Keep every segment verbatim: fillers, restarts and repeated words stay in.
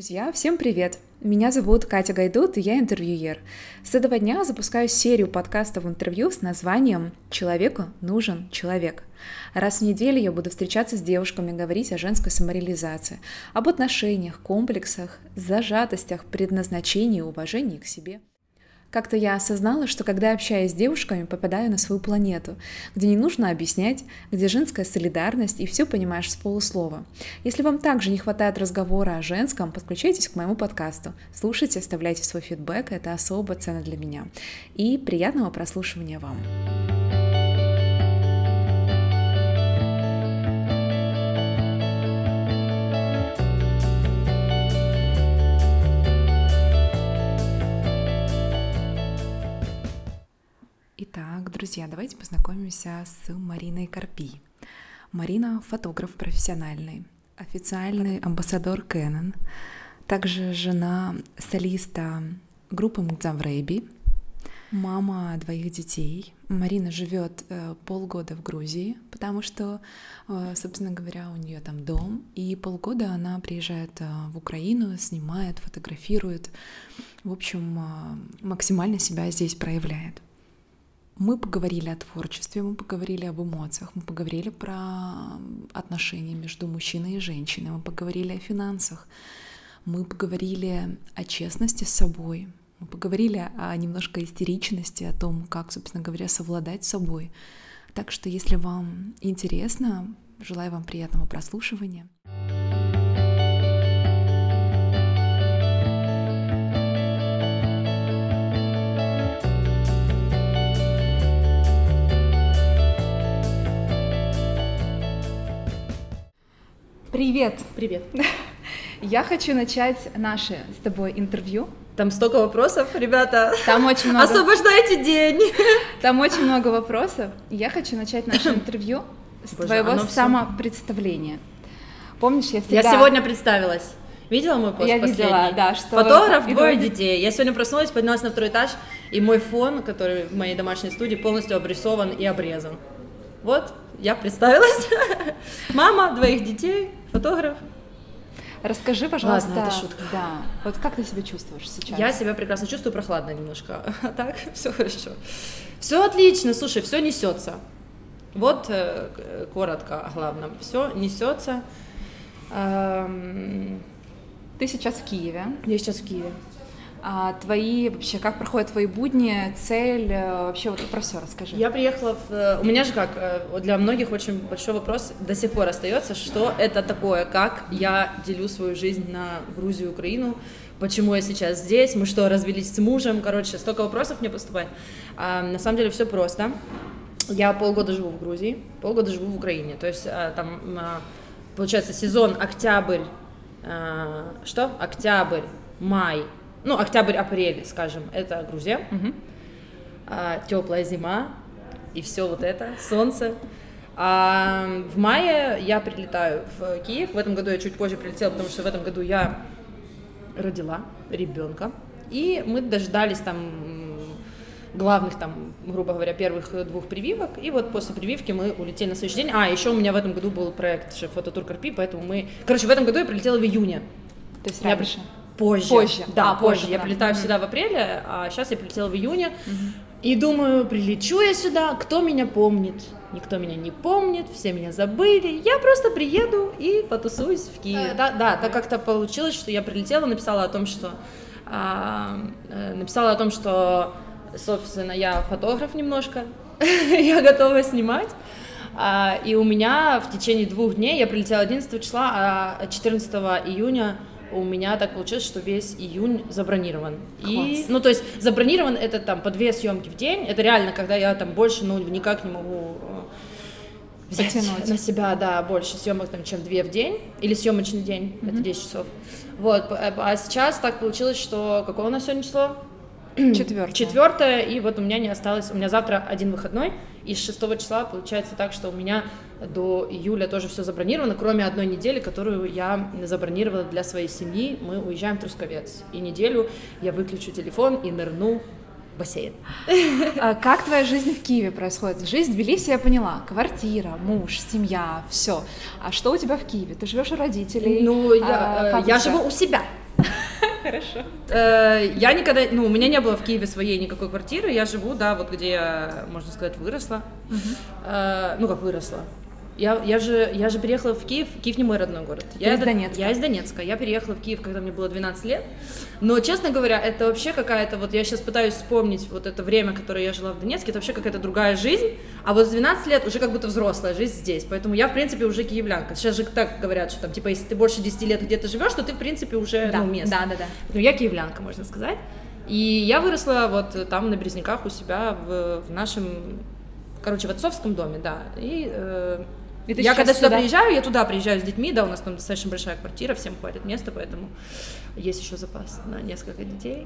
Друзья, всем привет! Меня зовут Катя Гайдут, и я интервьюер. С этого дня запускаю серию подкастов интервью с названием «Человеку нужен человек». Раз в неделю я буду встречаться с девушками, говорить о женской самореализации, об отношениях, комплексах, зажатостях, предназначении и уважении к себе. Как-то я осознала, что когда общаюсь с девушками, попадаю на свою планету, где не нужно объяснять, где женская солидарность и все понимаешь с полуслова. Если вам также не хватает разговора о женском, подключайтесь к моему подкасту, слушайте, оставляйте свой фидбэк, это особо ценно для меня. И приятного прослушивания вам! Итак, друзья, давайте познакомимся с Мариной Карпи. Марина — фотограф профессиональный, официальный амбассадор Canon, также жена солиста группы Мукдзаврейби, мама двоих детей. Марина живет э, полгода в Грузии, потому что, э, собственно говоря, у нее там дом, и полгода она приезжает э, в Украину, снимает, фотографирует, в общем, э, максимально себя здесь проявляет. Мы поговорили о творчестве, мы поговорили об эмоциях, мы поговорили про отношения между мужчиной и женщиной, мы поговорили о финансах, мы поговорили о честности с собой, мы поговорили о немножко истеричности, о том, как, собственно говоря, совладать с собой. Так что, если вам интересно, желаю вам приятного прослушивания. Привет! Привет! Я хочу начать наше с тобой интервью. Там столько вопросов, ребята. Там очень много... Освобождайте день! Там очень много вопросов. Я хочу начать наше интервью с Боже, твоего самопредставления. Помнишь, я всегда... Я сегодня представилась. Видела мой пост я последний? Видела, да. Что Фотограф, двое детей. Я сегодня проснулась, поднялась на второй этаж, и мой фон, который в моей домашней студии, полностью обрисован и обрезан. Вот, я представилась. Мама, двоих детей, фотограф. Расскажи, пожалуйста. Ладно, это шутка. Да. Вот как ты себя чувствуешь сейчас? Я себя прекрасно чувствую, прохладно немножко. А так, все хорошо. Все отлично, слушай, все несется. Вот э, коротко о главном. Все несется. Эм... Ты сейчас в Киеве. Я сейчас в Киеве. А твои вообще, как проходят твои будни, цель, вообще вот про все расскажи. Я приехала в... У меня же как, для многих очень большой вопрос до сих пор остается, что это такое, как я делю свою жизнь на Грузию и Украину, почему я сейчас здесь, мы что, развелись с мужем, короче, столько вопросов мне поступает. А, на самом деле все просто. Я полгода живу в Грузии, полгода живу в Украине, то есть там, получается, сезон октябрь, что? Октябрь, май, ну, октябрь-апрель, скажем, это Грузия, uh-huh. а, теплая зима и все вот это, солнце. А в мае я прилетаю в Киев, в этом году я чуть позже прилетела, потому что в этом году я родила ребенка, и мы дождались там главных, там, грубо говоря, первых двух прививок, и вот после прививки мы улетели на следующий день. А, еще у меня в этом году был проект «Фототур Карпи», поэтому мы... Короче, в этом году я прилетела в июне. То есть раньше? Я... Позже. Позже. Да, а, позже. позже. Я Да. прилетаю Mm-hmm. всегда в апреле, а сейчас я прилетела в июне. Mm-hmm. И думаю, прилечу я сюда, кто меня помнит? Никто меня не помнит, все меня забыли. Я просто приеду и потусуюсь в Киеве. Да, да, так как-то получилось, что я прилетела, написала о том, что... А, написала о том, что, собственно, я фотограф немножко, я готова снимать. А, и у меня в течение двух дней, я прилетела одиннадцатого числа, а четырнадцатого июня у меня так получилось, что весь июнь забронирован. И, ну, то есть забронирован это там по две съемки в день. Это реально, когда я там больше, ну, никак не могу взять Затянуть. на себя, да, больше съемок, там, чем две в день. Или съемочный день, mm-hmm. это десять часов. Вот, а сейчас так получилось, что какое у нас сегодня число? Четвертое. Четвертое, и вот у меня не осталось, у меня завтра один выходной, и с шестого числа получается так, что у меня до июля тоже все забронировано, кроме одной недели, которую я забронировала для своей семьи. Мы уезжаем в Трусковец, и неделю я выключу телефон и нырну в бассейн. А как твоя жизнь в Киеве происходит? Жизнь в Тбилиси я поняла, квартира, муж, семья, все. А что у тебя в Киеве? Ты живешь у родителей? Ну, я, а, я живу у себя. Хорошо. Я никогда, ну, у меня не было в Киеве своей никакой квартиры, я живу, да, вот где я, можно сказать, выросла. Ну, как выросла. Я, я, же, я же переехала в Киев, Киев не мой родной город. Я из Донецка. Я из Донецка, я переехала в Киев, когда мне было двенадцать лет, но, честно говоря, это вообще какая-то, вот я сейчас пытаюсь вспомнить вот это время, которое я жила в Донецке, это вообще какая-то другая жизнь, а вот с двенадцати лет уже как будто взрослая жизнь здесь, поэтому я, в принципе, уже киевлянка. Сейчас же так говорят, что там, типа, если ты больше десяти лет где-то живешь, то ты, в принципе, уже, да, ну, местный. Да, да, да. Поэтому я киевлянка, можно сказать, и я выросла вот там на Березняках у себя в, в нашем, короче, в отцовском доме, да, и... Э, я когда сюда, сюда приезжаю, я туда приезжаю с детьми, да, у нас там достаточно большая квартира, всем хватит места, поэтому есть еще запас на несколько детей.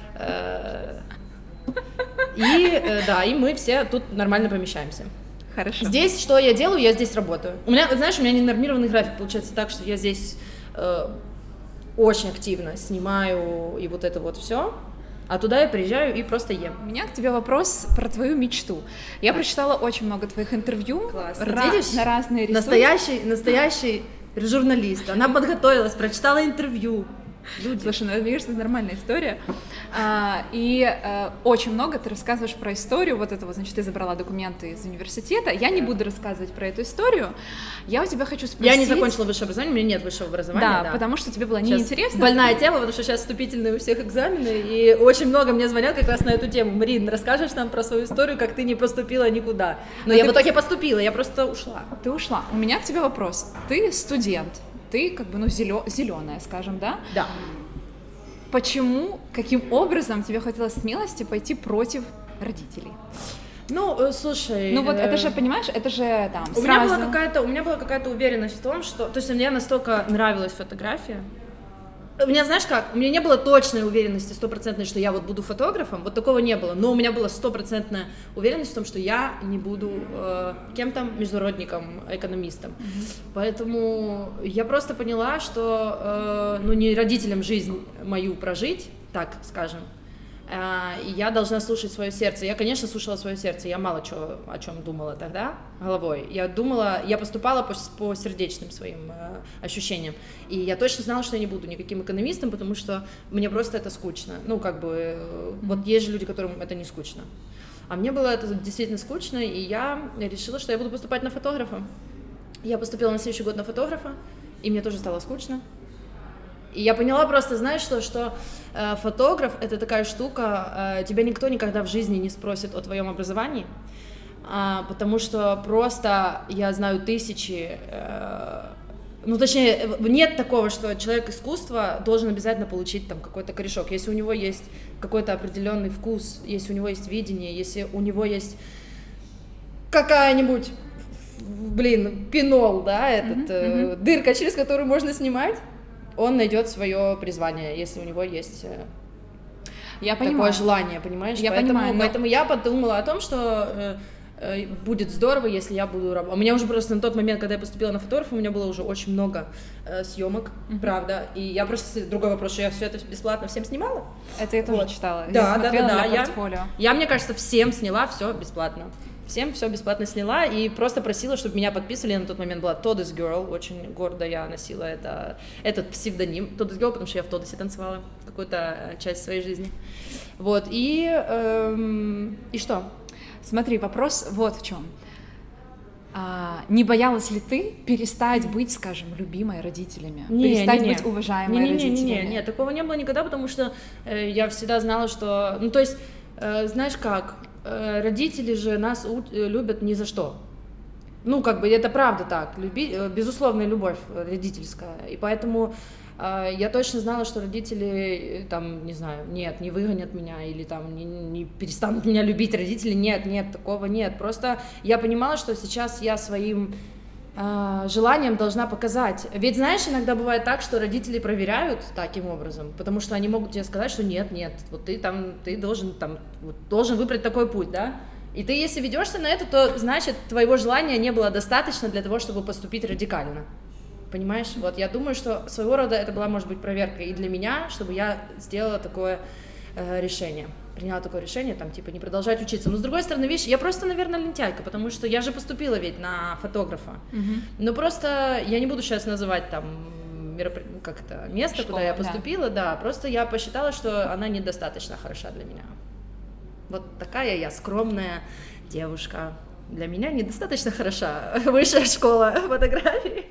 И, да, и мы все тут нормально помещаемся. Хорошо. Здесь что я делаю? Я здесь работаю. У меня, знаешь, у меня ненормированный график, получается так, что я здесь э, очень активно снимаю и вот это вот все. А туда я приезжаю и просто ем. У меня к тебе вопрос про твою мечту. Я так. прочитала очень много твоих интервью ра- на разные ресурсы. Настоящий, настоящий журналист. Она подготовилась, прочитала интервью. Люди. Слушай, ну, мне кажется, это нормальная история. А, и а, очень много ты рассказываешь про историю, вот этого, значит, ты забрала документы из университета. Я не буду рассказывать про эту историю. Я у тебя хочу спросить... Я не закончила высшее образование, у меня нет высшего образования. Да, да. потому что тебе было неинтересно. Больная тема, потому что сейчас вступительные у всех экзамены, и очень много мне звонят как раз на эту тему. Марин, расскажешь нам про свою историю, как ты не поступила никуда. Но, Но я в итоге поступила, я просто ушла. Ты ушла. У меня к тебе вопрос. Ты студент. Ты как бы, ну, зеленая, скажем, да? Да. Почему, каким образом тебе хотелось смелости пойти против родителей? Ну, слушай... Ну вот это же, понимаешь, это же там у сразу... Меня была какая-то, у меня была какая-то уверенность в том, что... То есть мне настолько нравилась фотография. У меня, знаешь как, у меня не было точной уверенности стопроцентной, что я вот буду фотографом, вот такого не было, но у меня была стопроцентная уверенность в том, что я не буду э, кем-то, международником, экономистом. Mm-hmm. Поэтому я просто поняла, что, э, ну, не родителям жизнь мою прожить, так скажем, и я должна слушать свое сердце. Я, конечно, слушала свое сердце, я мало чего, о чем думала тогда головой. Я думала, я поступала по, по сердечным своим э, ощущениям, и я точно знала, что я не буду никаким экономистом, потому что мне просто это скучно. Ну, как бы, э, вот есть же люди, которым это не скучно. А мне было это действительно скучно, и я решила, что я буду поступать на фотографа. Я поступила на следующий год на фотографа, и мне тоже стало скучно. И я поняла просто, знаешь, что, что э, фотограф — это такая штука, э, тебя никто никогда в жизни не спросит о твоем образовании, э, потому что просто я знаю тысячи, э, ну, точнее, нет такого, что человек искусства должен обязательно получить там какой-то корешок. Если у него есть какой-то определенный вкус, если у него есть видение, если у него есть какая-нибудь, блин, пинол, да, этот, mm-hmm. э, дырка, через которую можно снимать, он найдет свое призвание, если у него есть я такое понимаю. желание, понимаешь? Я поэтому, понимаю, но... поэтому я подумала о том, что э, э, будет здорово, если я буду работать. У меня уже просто на тот момент, когда я поступила на фотографа, у меня было уже очень много э, съемок, mm-hmm. правда. И я просто, другой вопрос, что я все это бесплатно всем снимала. Это я тоже вот. читала. Да, я да, да, да. Я, я, я, мне кажется, всем сняла все бесплатно. Всем все бесплатно сняла и просто просила, чтобы меня подписывали. Я на тот момент была Todd's Girl, очень гордо я носила это, этот псевдоним Todd's Girl, потому что я в Тодосе танцевала какую-то часть своей жизни. Вот, и, эм, и что? Смотри, вопрос вот в чем. А, не боялась ли ты перестать быть, скажем, любимой родителями? Не, перестать не, не. быть уважаемой не, не, родителями? Не, не, не, нет, такого не было никогда, потому что э, я всегда знала, что... Ну, то есть, э, знаешь как... Родители же нас любят ни за что. Ну, как бы, это правда так. Люби, безусловная любовь родительская. И поэтому э, я точно знала, что родители, там, не знаю, нет, не выгонят меня или там не, не перестанут меня любить. Родители, нет, нет, такого нет. Просто я понимала, что сейчас я своим э, желанием должна показать. Ведь, знаешь, иногда бывает так, что родители проверяют таким образом, потому что они могут тебе сказать, что нет, нет, вот ты там, ты должен там, вот, должен выбрать такой путь, да? И ты, если ведешься на это, то, значит, твоего желания не было достаточно для того, чтобы поступить радикально. Понимаешь? Вот, я думаю, что своего рода это была, может быть, проверка и для меня, чтобы я сделала такое э, решение. Приняла такое решение, там, типа, не продолжать учиться. Но, с другой стороны, видишь, я просто, наверное, лентяйка, потому что я же поступила ведь на фотографа. Mm-hmm. Но просто я не буду сейчас называть, там, мероп... как это, место, Школа, куда я поступила, да. да, просто я посчитала, что она недостаточно хороша для меня. Вот такая я скромная девушка. Для меня недостаточно хороша высшая школа фотографии.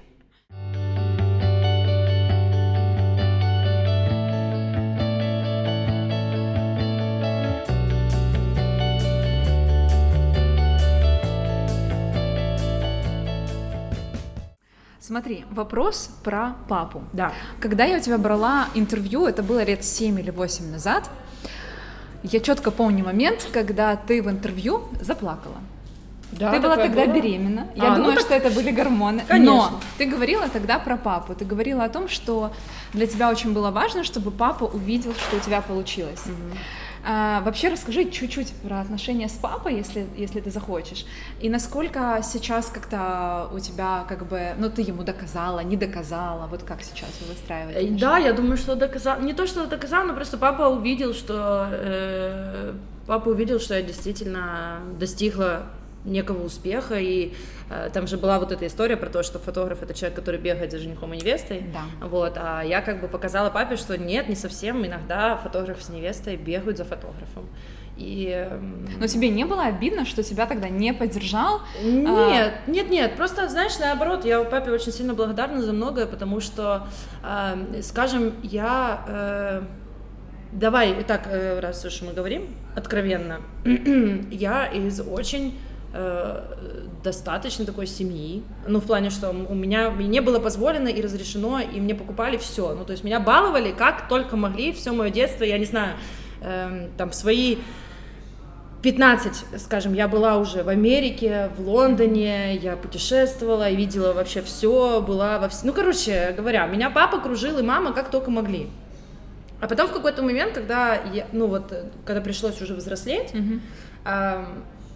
Смотри, вопрос про папу. Да. Когда я у тебя брала интервью, это было лет семь или восемь назад, я четко помню момент, когда ты в интервью заплакала. Да, ты была тогда была? беременна. Я а, думаю, ну так... что это были гормоны. Конечно. Но ты говорила тогда про папу. Ты говорила о том, что для тебя очень было важно, чтобы папа увидел, что у тебя получилось. Угу. А, вообще расскажи чуть-чуть про отношения с папой, если, если ты захочешь. И насколько сейчас как-то у тебя, как бы, ну, ты ему доказала, не доказала, вот как сейчас вы выстраиваете отношения? Да, я думаю, что доказала. Не то, что доказала, но просто папа увидел, что э, папа увидел, что я действительно достигла некого успеха, и э, там же была вот эта история про то, что фотограф — это человек, который бегает за женихом и невестой, да. Вот, а я как бы показала папе, что нет, не совсем, иногда фотограф с невестой бегают за фотографом. И... Но тебе не было обидно, что тебя тогда не поддержал? Нет, а... нет, нет, просто, знаешь, наоборот, я папе очень сильно благодарна за многое, потому что, э, скажем, я... Э, давай, итак, раз уж мы говорим откровенно, я из очень достаточно такой семьи, ну, в плане, что у меня мне было позволено и разрешено, и мне покупали все, ну, то есть меня баловали как только могли, все мое детство, я не знаю, э, там, свои пятнадцать, скажем, я была уже в Америке, в Лондоне, я путешествовала, и видела вообще все, была во всем, ну, короче говоря, меня папа кружил и мама как только могли. А потом в какой-то момент, когда я, ну, вот, когда пришлось уже взрослеть, mm-hmm. э,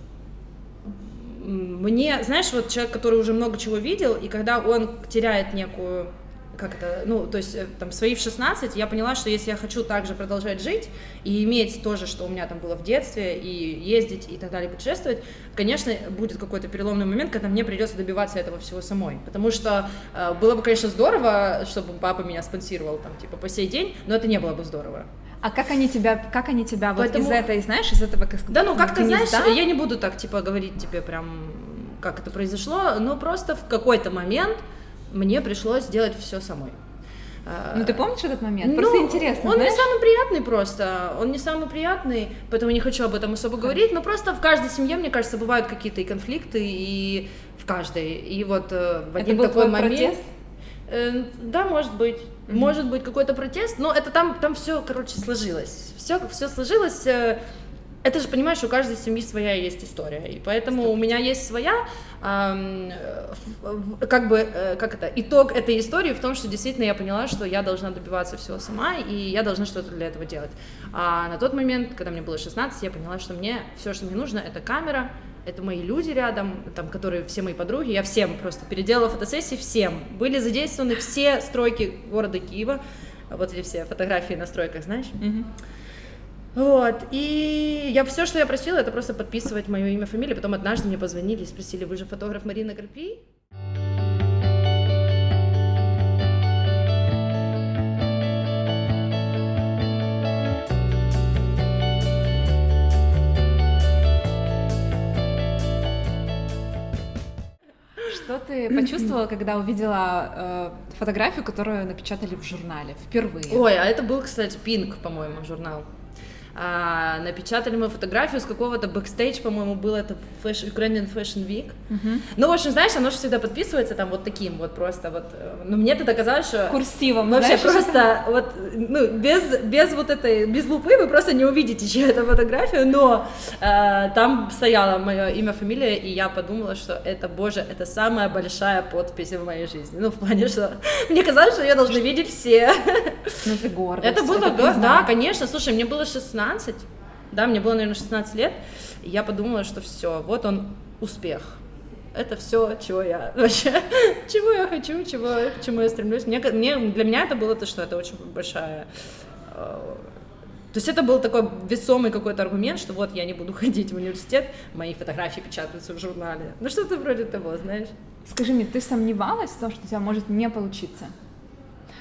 мне, знаешь, вот человек, который уже много чего видел, и когда он теряет некую, как это, ну, то есть, там, свои в шестнадцать, я поняла, что если я хочу также продолжать жить и иметь то же, что у меня там было в детстве, и ездить, и так далее, путешествовать, конечно, будет какой-то переломный момент, когда мне придется добиваться этого всего самой, потому что э, было бы, конечно, здорово, чтобы папа меня спонсировал, там, типа, по сей день, но это не было бы здорово. А как они тебя, как они тебя Поэтому... вот из этой, знаешь, из этого... Как, да, ну, как-то, знаешь, да? я не буду так, типа, говорить тебе прям, как это произошло, но просто в какой-то момент мне пришлось сделать все самой. Ну, ты помнишь этот момент? Ну, просто интересно, он знаешь? не самый приятный просто, он не самый приятный, поэтому не хочу об этом особо говорить, но просто в каждой семье, мне кажется, бывают какие-то и конфликты, и в каждой, и вот в один это был такой твой момент... протест? Э, да, может быть, mm-hmm. может быть какой-то протест, но это там, там все, короче, сложилось, все, все сложилось. Это же, понимаешь, у каждой семьи своя есть история, и поэтому Стоп. у меня есть своя, эм, как бы, э, как это, итог этой истории в том, что действительно я поняла, что я должна добиваться всего сама, и я должна что-то для этого делать. А на тот момент, когда мне было шестнадцать, я поняла, что мне все, что мне нужно, это камера, это мои люди рядом, там, которые все мои подруги, я всем просто переделала фотосессии, всем. Были задействованы все стройки города Киева, вот эти все фотографии на стройках, знаешь? Mm-hmm. Вот, и я все, что я просила, это просто подписывать мое имя, фамилию. Потом однажды мне позвонили и спросили: вы же фотограф Марина Карпи? Что ты почувствовала, когда увидела э, фотографию, которую напечатали в журнале впервые? Ой, а это был, кстати, Pink, по-моему, журнал. А, напечатали мы фотографию с какого-то бэкстейдж, по-моему, было это Fashion, Ukrainian Fashion Week. Uh-huh. Ну, в общем, знаешь, оно же всегда подписывается там вот таким вот просто вот. Ну, мне тогда казалось, что... Курсивом, вообще знаешь, просто вот, ну, без, без вот этой, без лупы вы просто не увидите чью-то фотографию, но э, там стояло мое имя, фамилия, и я подумала, что это, боже, это самая большая подпись в моей жизни. Ну, в плане, что мне казалось, что ее должны видеть все. Ну, ты гордость. Это было, это да, конечно, слушай, мне было шестнадцать, да, мне было, наверное, шестнадцать лет, и я подумала, что все, вот он, успех. Это все, чего я вообще, чего я хочу, чего, к чему я стремлюсь. Мне, мне, для меня это было то, что это очень большая... Э, то есть это был такой весомый какой-то аргумент, что вот я не буду ходить в университет, мои фотографии печатаются в журнале. Ну что-то вроде того, знаешь. Скажи мне, ты сомневалась в том, что у тебя может не получиться?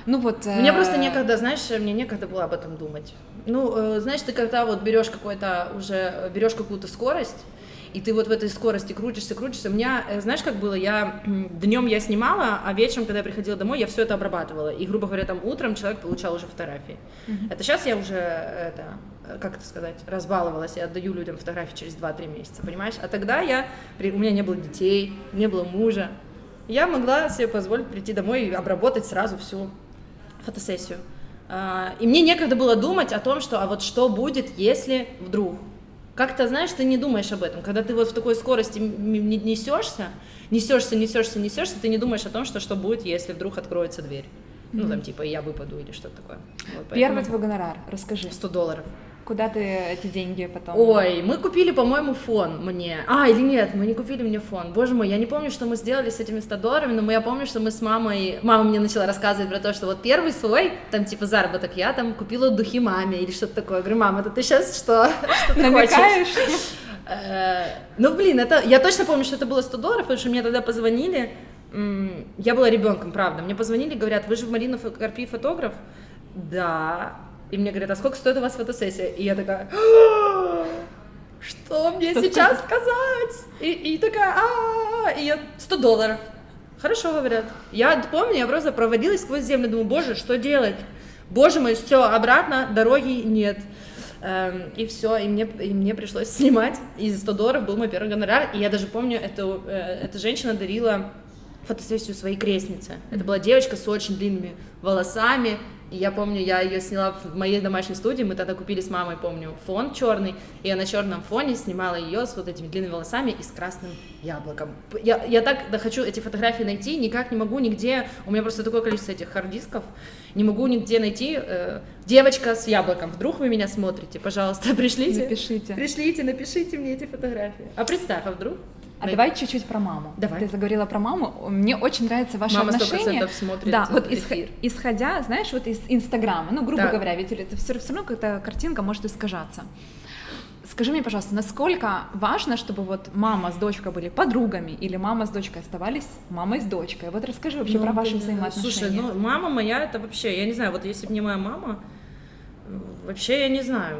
Ну вот... Мне просто некогда, знаешь, мне некогда было об этом думать. Ну, знаешь, ты когда вот берешь какой-то уже, берешь какую-то скорость, и ты вот в этой скорости крутишься, крутишься. У меня, знаешь, как было, я днем я снимала, а вечером, когда я приходила домой, я все это обрабатывала. И, грубо говоря, там утром человек получал уже фотографии. Mm-hmm. Это сейчас я уже, это, как это сказать, разбаловалась, я отдаю людям фотографии через два-три месяца, понимаешь? А тогда я, у меня не было детей, не было мужа. Я могла себе позволить прийти домой и обработать сразу всю фотосессию. И мне некогда было думать о том, что, а вот что будет, если вдруг... Как-то, знаешь, ты не думаешь об этом. Когда ты вот в такой скорости несешься, несешься, несешься, несешься, ты не думаешь о том, что, что будет, если вдруг откроется дверь. Mm-hmm. Ну, там, типа, я выпаду или что-то такое. Вот, Первый твой гонорар, расскажи. сто долларов. Куда ты эти деньги потом? Ой, мы купили, по-моему, фон мне. А, или нет, мы не купили мне фон. Боже мой, я не помню, что мы сделали с этими ста долларами, но я помню, что мы с мамой... Мама мне начала рассказывать про то, что вот первый свой, там, типа, заработок, я там купила духи маме или что-то такое. Я говорю, мама, это ты сейчас что? Что ты намекаешь? Ну, блин, это... Я точно помню, что это было сто долларов, потому что мне тогда позвонили. Я была ребенком, правда. Мне позвонили, говорят, вы же Марина Карпи фотограф? Да. И мне говорят, а сколько стоит у вас фотосессия? И я такая, что мне что сейчас сказать? И, и такая, а и я, сто долларов. Хорошо, говорят. Я помню, я просто проводилась сквозь землю, думаю, боже, что делать? Боже мой, все, обратно, дороги нет. Эм, и все, и мне, и мне пришлось снимать. И за сто долларов был мой первый гонорар. И я даже помню, эту, э, эта женщина дарила фотосессию своей крестнице. Это была девочка с очень длинными волосами. И я помню, я ее сняла в моей домашней студии, мы тогда купили с мамой, помню, фон черный, и я на черном фоне снимала ее с вот этими длинными волосами и с красным яблоком. Я, я так да, хочу эти фотографии найти, никак не могу нигде, у меня просто такое количество этих хард-дисков, не могу нигде найти. Э, девочка с яблоком, вдруг вы меня смотрите, пожалуйста, пришлите. Напишите. Пришлите, напишите мне эти фотографии. А представь, а вдруг? А Найди. Давай чуть-чуть про маму. Давай. Ты заговорила про маму. Мне очень нравится ваше Мама отношение. сто процентов смотрит да, вот эфир. Исходя, знаешь, вот из Инстаграма, ну, грубо так. говоря, ведь это все, все равно какая-то картинка может искажаться. Скажи мне, пожалуйста, насколько важно, чтобы вот мама с дочкой были подругами или мама с дочкой оставались мамой с дочкой? Вот расскажи вообще ну, про ваши взаимоотношения. Слушай, ну, мама моя, это вообще, я не знаю, вот если бы не моя мама, вообще я не знаю.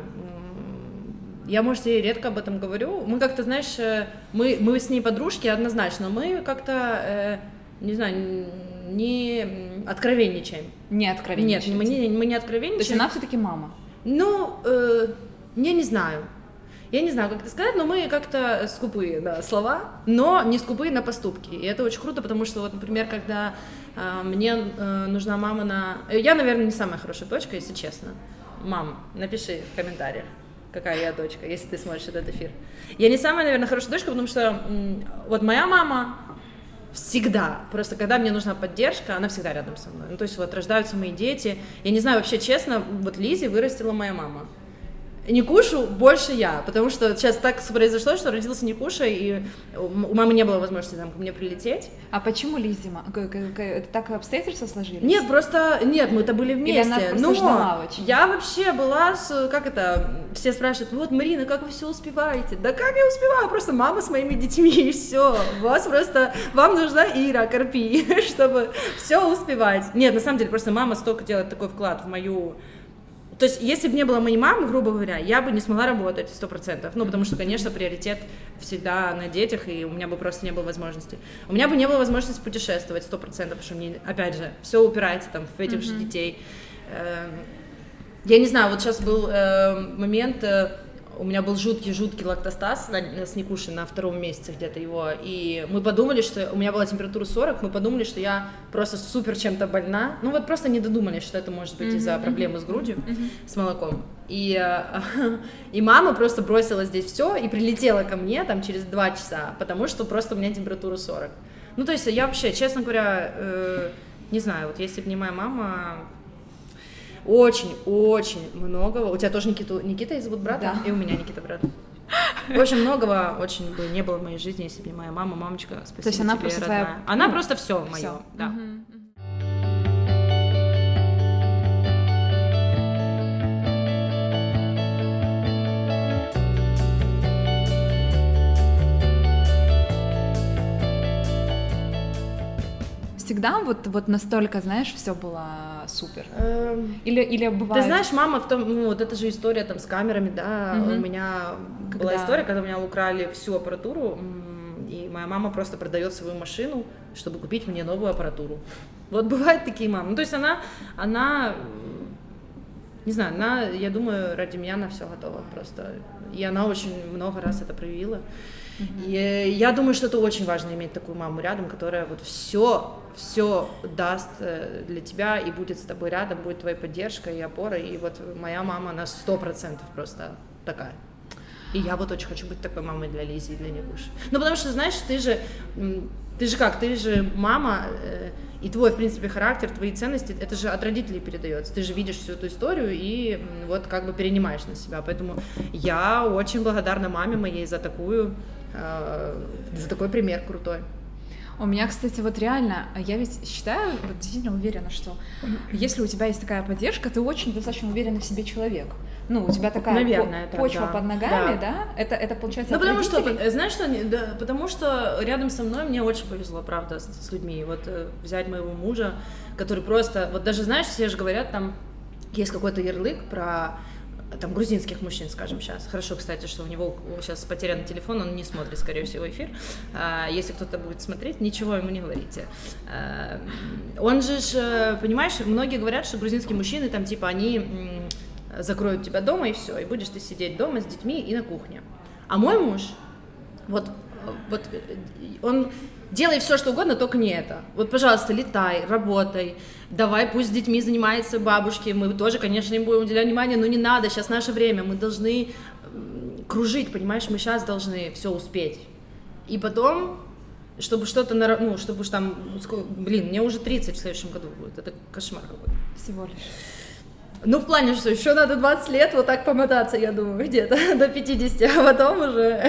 Я, может, ей редко об этом говорю. Мы как-то, знаешь, мы, мы с ней подружки однозначно, мы как-то, э, не знаю, не откровенничаем. Не откровенничаем. Нет, мы не, мы не откровенничаем. То есть она все-таки мама? Ну, э, я не знаю. Я не знаю, как это сказать, но мы как-то скупые на слова, но не скупые на поступки. И это очень круто, потому что, вот, например, когда э, мне э, нужна мама на... Я, наверное, не самая хорошая дочка, если честно. Мам, напиши в комментариях, какая я дочка, если ты смотришь этот эфир. Я не самая, наверное, хорошая дочка, потому что м, вот моя мама всегда, просто когда мне нужна поддержка, она всегда рядом со мной. Ну, то есть вот рождаются мои дети. Я не знаю, вообще, честно, вот Лизи вырастила моя мама. Никушу больше я, потому что сейчас так произошло, что родился Никуша, и у мамы не было возможности там ко мне прилететь. А почему Лизи? Это так обстоятельства сложились? Нет, просто, нет, мы-то были вместе. Или она просто но ждала очень? Я вообще была, с, как это, все спрашивают, вот, Марина, как вы все успеваете? Да как я успеваю? Просто мама с моими детьми, и все. Вас просто, вам нужна Ира Карпи, чтобы все успевать. Нет, на самом деле, просто мама столько делает такой вклад в мою... То есть, если бы не было моей мамы, грубо говоря, я бы не смогла работать сто процентов. Ну, потому что, конечно, приоритет всегда на детях, и у меня бы просто не было возможности. У меня бы не было возможности путешествовать сто процентов, потому что мне, опять же, все упирается там в этих mm-hmm. же детей. Я не знаю, вот сейчас был момент, у меня был жуткий-жуткий лактостаз с Никушей на втором месяце где-то его, и мы подумали, что у меня была температура сорок, мы подумали, что я просто супер чем-то больна, ну вот просто не додумались, что это может быть mm-hmm. из-за проблемы с грудью, mm-hmm. с молоком. И, и мама просто бросила здесь все и прилетела ко мне там через два часа, потому что просто у меня температура сорок. Ну то есть я вообще, честно говоря, э, не знаю, вот если бы не моя мама... Очень-очень многого. У тебя тоже Никиту, Никита зовут брата? Да. И у меня Никита брат. Очень многого очень бы не было в моей жизни, если бы не моя мама, мамочка, спасибо. То есть она тебе, просто родная. твоя... Она ну, просто все мое. Всё. Да. Угу. Всегда всегда вот, вот настолько, знаешь, все было супер? Эм, Или, или бывает... Ты знаешь, мама в том, ну вот это же история там с камерами, да, Мгм. у меня Когда? была история, когда у меня украли всю аппаратуру, м, и моя мама просто продает свою машину, чтобы купить мне новую аппаратуру. Вот бывают такие мамы. Ну то есть она, она, м, не знаю, она, я думаю, ради меня она все готова просто. И она очень много раз это проявила. И я думаю, что это очень важно иметь такую маму рядом, которая вот все, все даст э, для тебя и будет с тобой рядом, будет твоей поддержкой и опорой. И вот моя мама на сто процентов просто такая. И я вот очень хочу быть такой мамой для Лизи и для Никуши. Ну, потому что, знаешь, ты же, м, ты же как, ты же мама, э, и твой, в принципе, характер, твои ценности, это же от родителей передается. Ты же видишь всю эту историю и м, вот как бы перенимаешь на себя. Поэтому я очень благодарна маме моей за такую, э, за такой пример крутой. У меня, кстати, вот реально, я ведь считаю, вот действительно уверена, что если у тебя есть такая поддержка, ты очень достаточно уверенный в себе человек. Ну, у тебя такая Наверное, по- так, почва да. под ногами, да? Да. Это, это получается Ну, от потому что, родителей? знаешь что, не- да, потому что рядом со мной мне очень повезло, правда, с, с людьми. Вот э, взять моего мужа, который просто, вот даже, знаешь, все же говорят, там есть какой-то ярлык про там грузинских мужчин, скажем, сейчас. Хорошо, кстати, что у него сейчас потерян телефон, он не смотрит, скорее всего, эфир. А, если кто-то будет смотреть, ничего ему не говорите. А, он же, ж, понимаешь, многие говорят, что грузинские мужчины, там, типа, они м, закроют тебя дома и все, и будешь ты сидеть дома с детьми и на кухне. А мой муж, вот, вот он делай все, что угодно, только не это. Вот, пожалуйста, летай, работай, давай, пусть с детьми занимаются бабушки, мы тоже, конечно, им будем уделять внимание, но не надо, сейчас наше время, мы должны м, кружить, понимаешь, мы сейчас должны все успеть. И потом, чтобы что-то, на, ну, чтобы уж там, блин, мне уже тридцать в следующем году будет, это кошмар какой-то. Всего лишь. Ну, в плане, что еще надо двадцать лет вот так помотаться, я думаю, где-то до пятидесяти, а потом уже...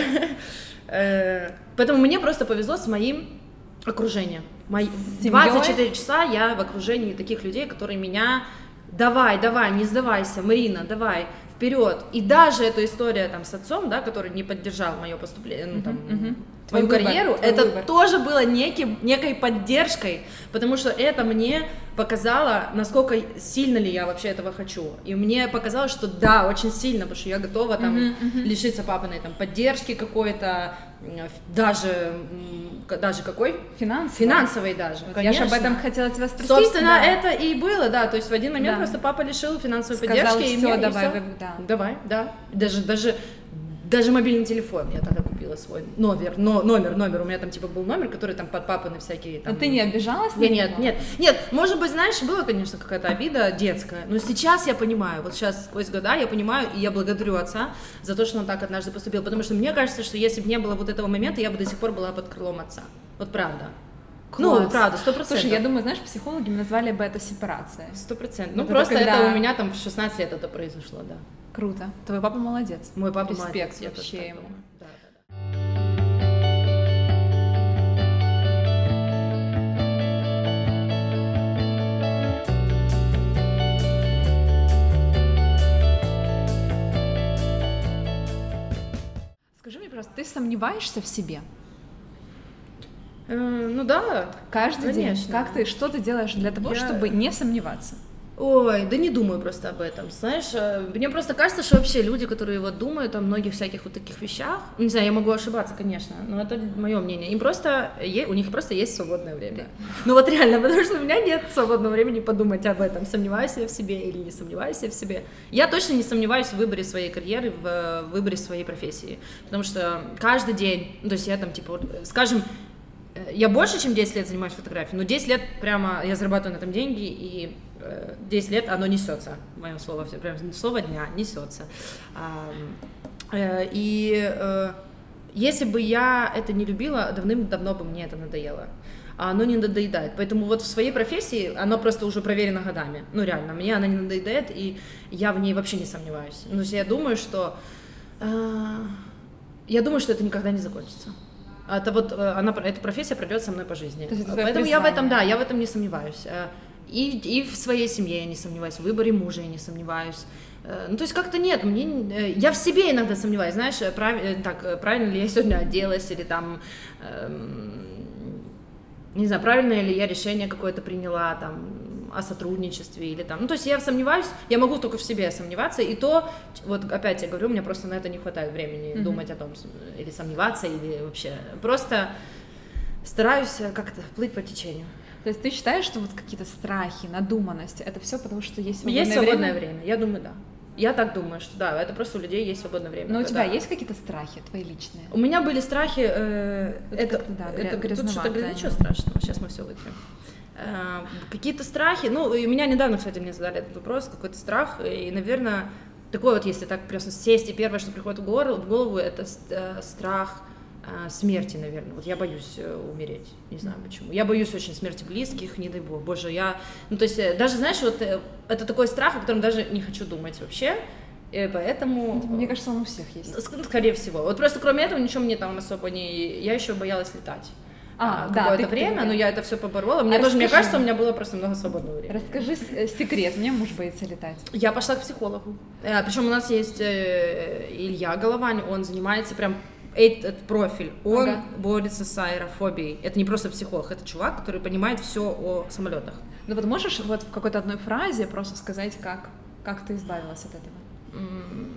Поэтому мне просто повезло с моим окружением. двадцать четыре часа я в окружении таких людей, которые меня... Давай, давай, не сдавайся, Марина, давай, вперед. И даже эта история там с отцом, да, который не поддержал мое поступление, ну, там, Uh-huh, uh-huh. твою Твой карьеру, выбор, твой это выбор. тоже было неким, некой поддержкой, потому что это мне показало, насколько сильно ли я вообще этого хочу. И мне показалось, что да, очень сильно, потому что я готова там Uh-huh, uh-huh. лишиться папиной там поддержки какой-то, даже, даже какой? Финансовой. Финансовой даже, Вот конечно. я же об этом хотела тебя спросить. Собственно, да. это и было, да, то есть в один момент Да. просто папа лишил финансовой Сказал, поддержки. и всё, мне, и давай, всё. вы- да. Давай, да. Даже, даже, даже мобильный телефон я тогда купила свой номер, но, номер, номер, у меня там типа был номер, который там под папины всякие там... Но ты не обижалась на Нет, него? нет, нет, нет, может быть, знаешь, была, конечно, какая-то обида детская, но сейчас я понимаю, вот сейчас сквозь года я понимаю, и я благодарю отца за то, что он так однажды поступил, потому что мне кажется, что если бы не было вот этого момента, я бы до сих пор была под крылом отца, вот правда. Класс. Ну, правда, сто процентов. Слушай, я думаю, знаешь, психологи назвали бы это сепарацией. Сто процентов. Ну, Вот это просто это, когда- у меня там в шестнадцать лет это произошло, да. Круто. Твой папа молодец. Мой папа Респект молодец, я вообще тоже так ему. думаю. Да, да, да. Скажи мне, просто, ты сомневаешься в себе? Э, Ну да. Каждый день. Конечно. Как ты, что ты делаешь для того, Я- чтобы не сомневаться? Ой, да не думаю просто об этом, знаешь, э, мне просто кажется, что вообще люди, которые вот думают о многих всяких вот таких вещах, не знаю, я могу ошибаться, конечно, но это мое мнение, им просто, е- у них просто есть свободное время. Ну вот реально, потому что у меня нет свободного времени подумать об этом, сомневаюсь я в себе или не сомневаюсь я в себе. Я точно не сомневаюсь в выборе своей карьеры, в э, выборе своей профессии, потому что каждый день, ну, то есть я там, типа, вот, э, скажем, э, я больше, чем десять лет занимаюсь фотографией, но десять лет прямо я зарабатываю на этом деньги, и э, десять лет оно несется, мое слово, все прям слово дня несется. А, э, и э, если бы я это не любила, давным-давно бы мне это надоело. А оно не надоедает. Поэтому вот в своей профессии оно просто уже проверено годами. Ну реально, мне она не надоедает, и я в ней вообще не сомневаюсь. Но я думаю, что э, я думаю, что это никогда не закончится. Это вот э, она, эта профессия пройдет со мной по жизни. То есть это твое Поэтому я в этом, призвание. да, я в этом не сомневаюсь. Э, И, и в своей семье я не сомневаюсь, в выборе мужа я не сомневаюсь. Э, Ну, то есть как-то нет, мне, э, я в себе иногда сомневаюсь, знаешь, э, прав, э, так, э, правильно ли я сегодня оделась, или там, эм, не знаю, правильное ли я решение какое-то приняла там о сотрудничестве или там, ну, то есть я сомневаюсь, я могу только в себе сомневаться, и то, вот опять я говорю, мне просто на это не хватает времени mm-hmm. думать о том, или сомневаться, или вообще, просто стараюсь как-то плыть по течению. То есть ты считаешь, что вот какие-то страхи, надуманность, это все потому, что есть свободное время? Есть свободное время? время, я думаю, да. Я так думаю, что да, это просто у людей есть свободное время. Но у тебя есть какие-то страхи твои личные? У меня были страхи, э, это, да, это тут что-то, ничего страшного, сейчас мы все вытрем. Э, какие-то страхи, ну, и меня недавно, кстати, мне задали этот вопрос, какой-то страх, и, наверное, такой вот, если так просто сесть, и первое, что приходит в голову, в голову это э, страх э, смерти, наверное. Вот я боюсь э, умереть, не знаю почему. Я боюсь очень смерти близких, не дай бог, боже, я... Ну, то есть, э, даже, знаешь, вот э, это такой страх, о котором даже не хочу думать вообще, и поэтому... Мне кажется, он у всех есть. Скорее всего. Вот просто кроме этого ничего мне там особо не... Я еще боялась летать. А, какое-то да, время, ты... но я это все поборола. Мне а тоже, расскажи... мне кажется, у меня было просто много свободного времени. Расскажи секрет, у меня муж боится летать. Я пошла к психологу. Причем у нас есть Илья Головань, он занимается прям этот профиль, он ага. борется с аэрофобией. Это не просто психолог, это чувак, который понимает все о самолетах. Ну вот можешь вот в какой-то одной фразе просто сказать, как, как ты избавилась от этого? Mm.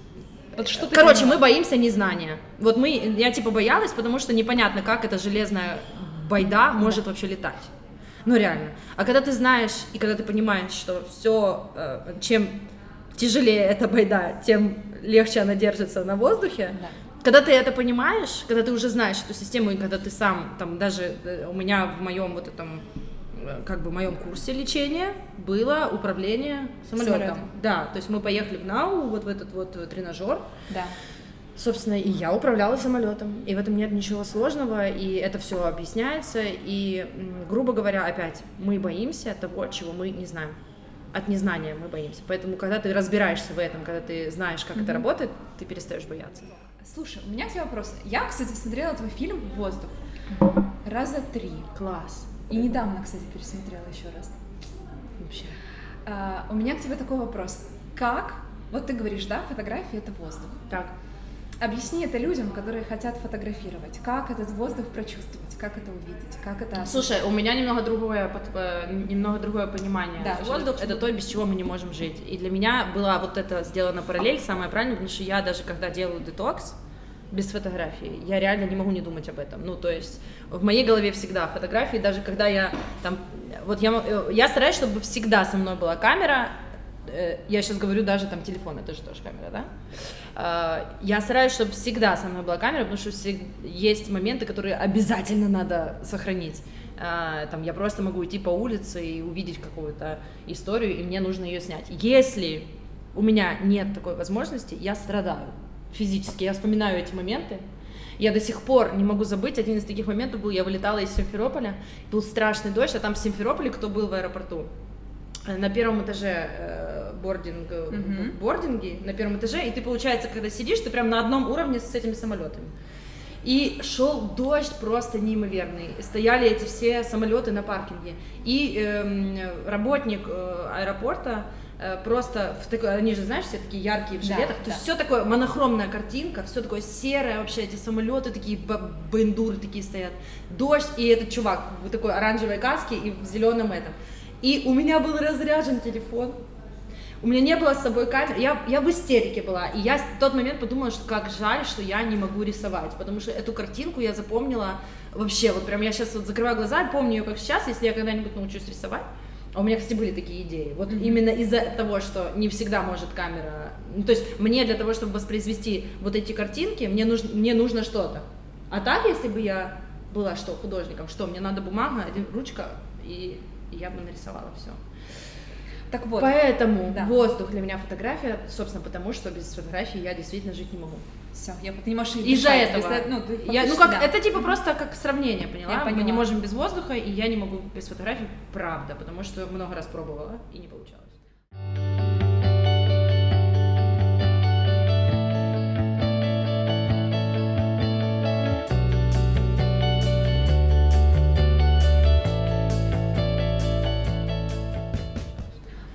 Вот что ты Короче, поняла? мы боимся незнания. Вот мы, я типа боялась, потому что непонятно, как эта железная байда может да. вообще летать. Ну реально. А когда ты знаешь и когда ты понимаешь, что все, чем тяжелее эта байда, тем легче она держится на воздухе. Да. Когда ты это понимаешь, когда ты уже знаешь эту систему, и когда ты сам, там даже у меня в моем вот этом, как бы в моем курсе лечения было управление самолетом. Самолетом. Да, то есть мы поехали в НАУ, вот в этот вот тренажер. Да. Собственно, и я управляла самолетом, и в этом нет ничего сложного, и это все объясняется, и, грубо говоря, опять, мы боимся того, чего мы не знаем. От незнания мы боимся. Поэтому, когда ты разбираешься в этом, когда ты знаешь, как mm-hmm. это работает, ты перестаешь бояться. Слушай, у меня к тебе вопрос. Я, кстати, смотрела твой фильм «Воздух» раза три. Класс. И недавно, кстати, пересмотрела еще раз. Вообще. А, у меня к тебе такой вопрос. Как, вот ты говоришь, да, фотография — это воздух. Так. Объясни это людям, которые хотят фотографировать. Как этот воздух прочувствовать, как это увидеть, как это... Слушай, у меня немного другое, немного другое понимание. Да, воздух — это то, без чего мы не можем жить. И для меня была вот эта сделана параллель, самая правильная, потому что я даже когда делаю детокс, без фотографии, я реально не могу не думать об этом. Ну, то есть в моей голове всегда фотографии, даже когда я там... Вот я, я стараюсь, чтобы всегда со мной была камера. Я сейчас говорю даже там телефон, это же тоже камера, да? Я стараюсь, чтобы всегда со мной была камера, потому что есть моменты, которые обязательно надо сохранить. Там я просто могу идти по улице и увидеть какую-то историю, и мне нужно ее снять. Если у меня нет такой возможности, я страдаю физически. Я вспоминаю эти моменты. Я до сих пор не могу забыть. Один из таких моментов был, я вылетала из Симферополя, был страшный дождь, а там в Симферополе, кто был в аэропорту, на первом этаже э, бординг, mm-hmm. бординги, на первом этаже, и ты, получается, когда сидишь, ты прям на одном уровне с этими самолетами. И шел дождь просто неимоверный, стояли эти все самолеты на паркинге, и э, работник э, аэропорта э, просто, в такой, они же, знаешь, все такие яркие в жилетах, да, то да. есть все такое, монохромная картинка, все такое серое вообще, эти самолеты такие, бендуры такие стоят, дождь, и этот чувак в такой оранжевой каске и в зеленом этом. И у меня был разряжен телефон, у меня не было с собой камеры, я, я в истерике была, и я в тот момент подумала, что как жаль, что я не могу рисовать, потому что эту картинку я запомнила вообще, вот прям я сейчас вот закрываю глаза, помню ее как сейчас, если я когда-нибудь научусь рисовать, а у меня, кстати, были такие идеи, вот mm-hmm. именно из-за того, что не всегда может камера, ну, то есть мне для того, чтобы воспроизвести вот эти картинки, мне нужно, мне нужно что-то, а так, если бы я была что, художником, что, мне надо бумага, ручка и... и я бы нарисовала все. Так вот. Поэтому да. воздух для меня фотография, собственно, потому что без фотографии я действительно жить не могу. Все, я не можешь из-за этого. Без, ну, я, ну как, да. Это типа просто как сравнение, поняла? Я Мы не можем без воздуха, и я не могу без фотографий, правда, потому что много раз пробовала и не получалось.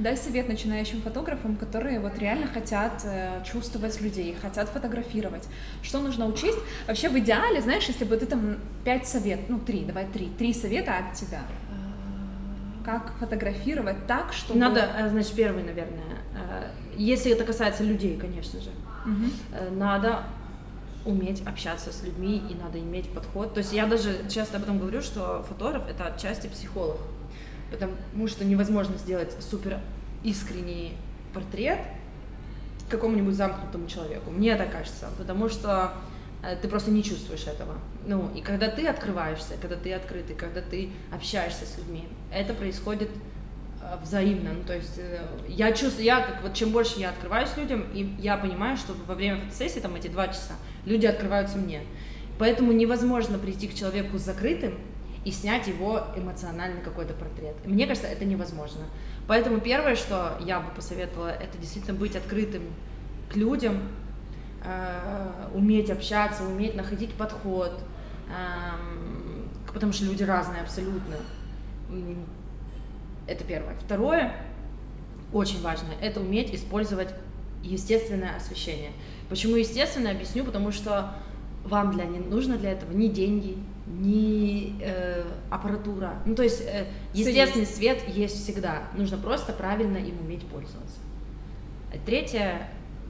дай совет начинающим фотографам, которые вот реально хотят э, чувствовать людей, хотят фотографировать. Что нужно учесть? Вообще в идеале, знаешь, если бы ты там пять советов, ну три, давай три, три совета от тебя. Как фотографировать так, чтобы... Надо, значит, первый, наверное, если это касается людей, конечно же, угу. надо уметь общаться с людьми и надо иметь подход. То есть я даже часто об этом говорю, что фотограф — это отчасти психолог, потому что невозможно сделать супер искренний портрет какому-нибудь замкнутому человеку, мне так кажется, потому что ты просто не чувствуешь этого. Ну, и когда ты открываешься, когда ты открытый, когда ты общаешься с людьми, это происходит взаимно. Ну, то есть я чувствую, я как вот чем больше я открываюсь людям, и я понимаю, что во время фотосессии, там эти два часа, люди открываются мне. Поэтому невозможно прийти к человеку закрытым и снять его эмоциональный какой-то портрет. Мне кажется, это невозможно. Поэтому первое, что я бы посоветовала, это действительно быть открытым к людям, уметь общаться, уметь находить подход, потому что люди разные абсолютно. Это первое. Второе, очень важное, это уметь использовать естественное освещение. Почему естественное, объясню, потому что вам для, не нужно для этого ни деньги, ни э, аппаратура. Ну, то есть э, естественный свет есть всегда, нужно просто правильно им уметь пользоваться. Третье,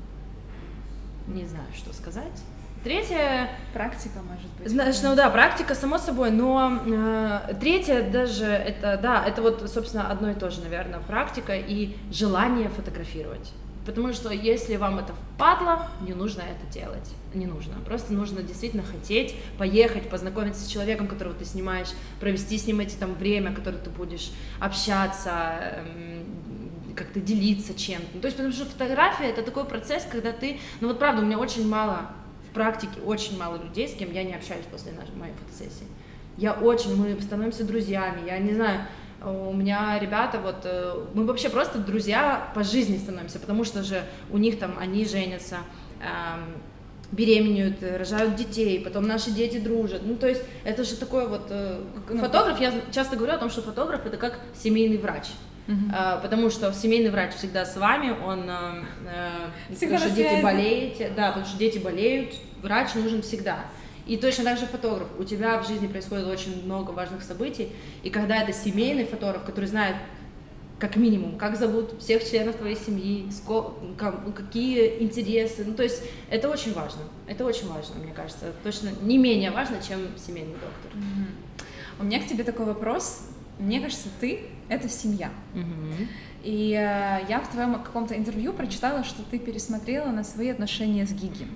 не знаю, что сказать. Третье... Практика, может быть. Значит, ну да, практика, само собой, но э, третье даже, это, да, это вот, собственно, одно и то же, наверное, практика и желание фотографировать. Потому что если вам это впадло, не нужно это делать, не нужно. Просто нужно действительно хотеть поехать, познакомиться с человеком, которого ты снимаешь, провести с ним эти там время, которое ты будешь общаться, эм, как-то делиться чем-то. То есть, потому что фотография — это такой процесс, когда ты... Ну вот правда, у меня очень мало, в практике очень мало людей, с кем я не общаюсь после нашей, моей фотосессии. Я очень... Мы становимся друзьями, я не знаю... У меня ребята, вот, мы вообще просто друзья по жизни становимся, потому что же у них там, они женятся, эм, беременеют, рожают детей, потом наши дети дружат. Ну, то есть это же такой вот... Э, фотограф, я часто говорю о том, что фотограф — это как семейный врач. Uh-huh. Потому что семейный врач всегда с вами, он, э, потому что дети болеют, да, потому что дети болеют, врач нужен всегда. И точно так же фотограф. У тебя в жизни происходит очень много важных событий, и когда это семейный фотограф, который знает как минимум, как зовут всех членов твоей семьи, сколько, какие интересы, ну то есть это очень важно, это очень важно, мне кажется, точно не менее важно, чем семейный доктор. Mm-hmm. У меня к тебе такой вопрос. Мне кажется, ты — это семья. Mm-hmm. И э, я в твоем каком-то интервью прочитала, что ты пересмотрела на свои отношения с Гиги.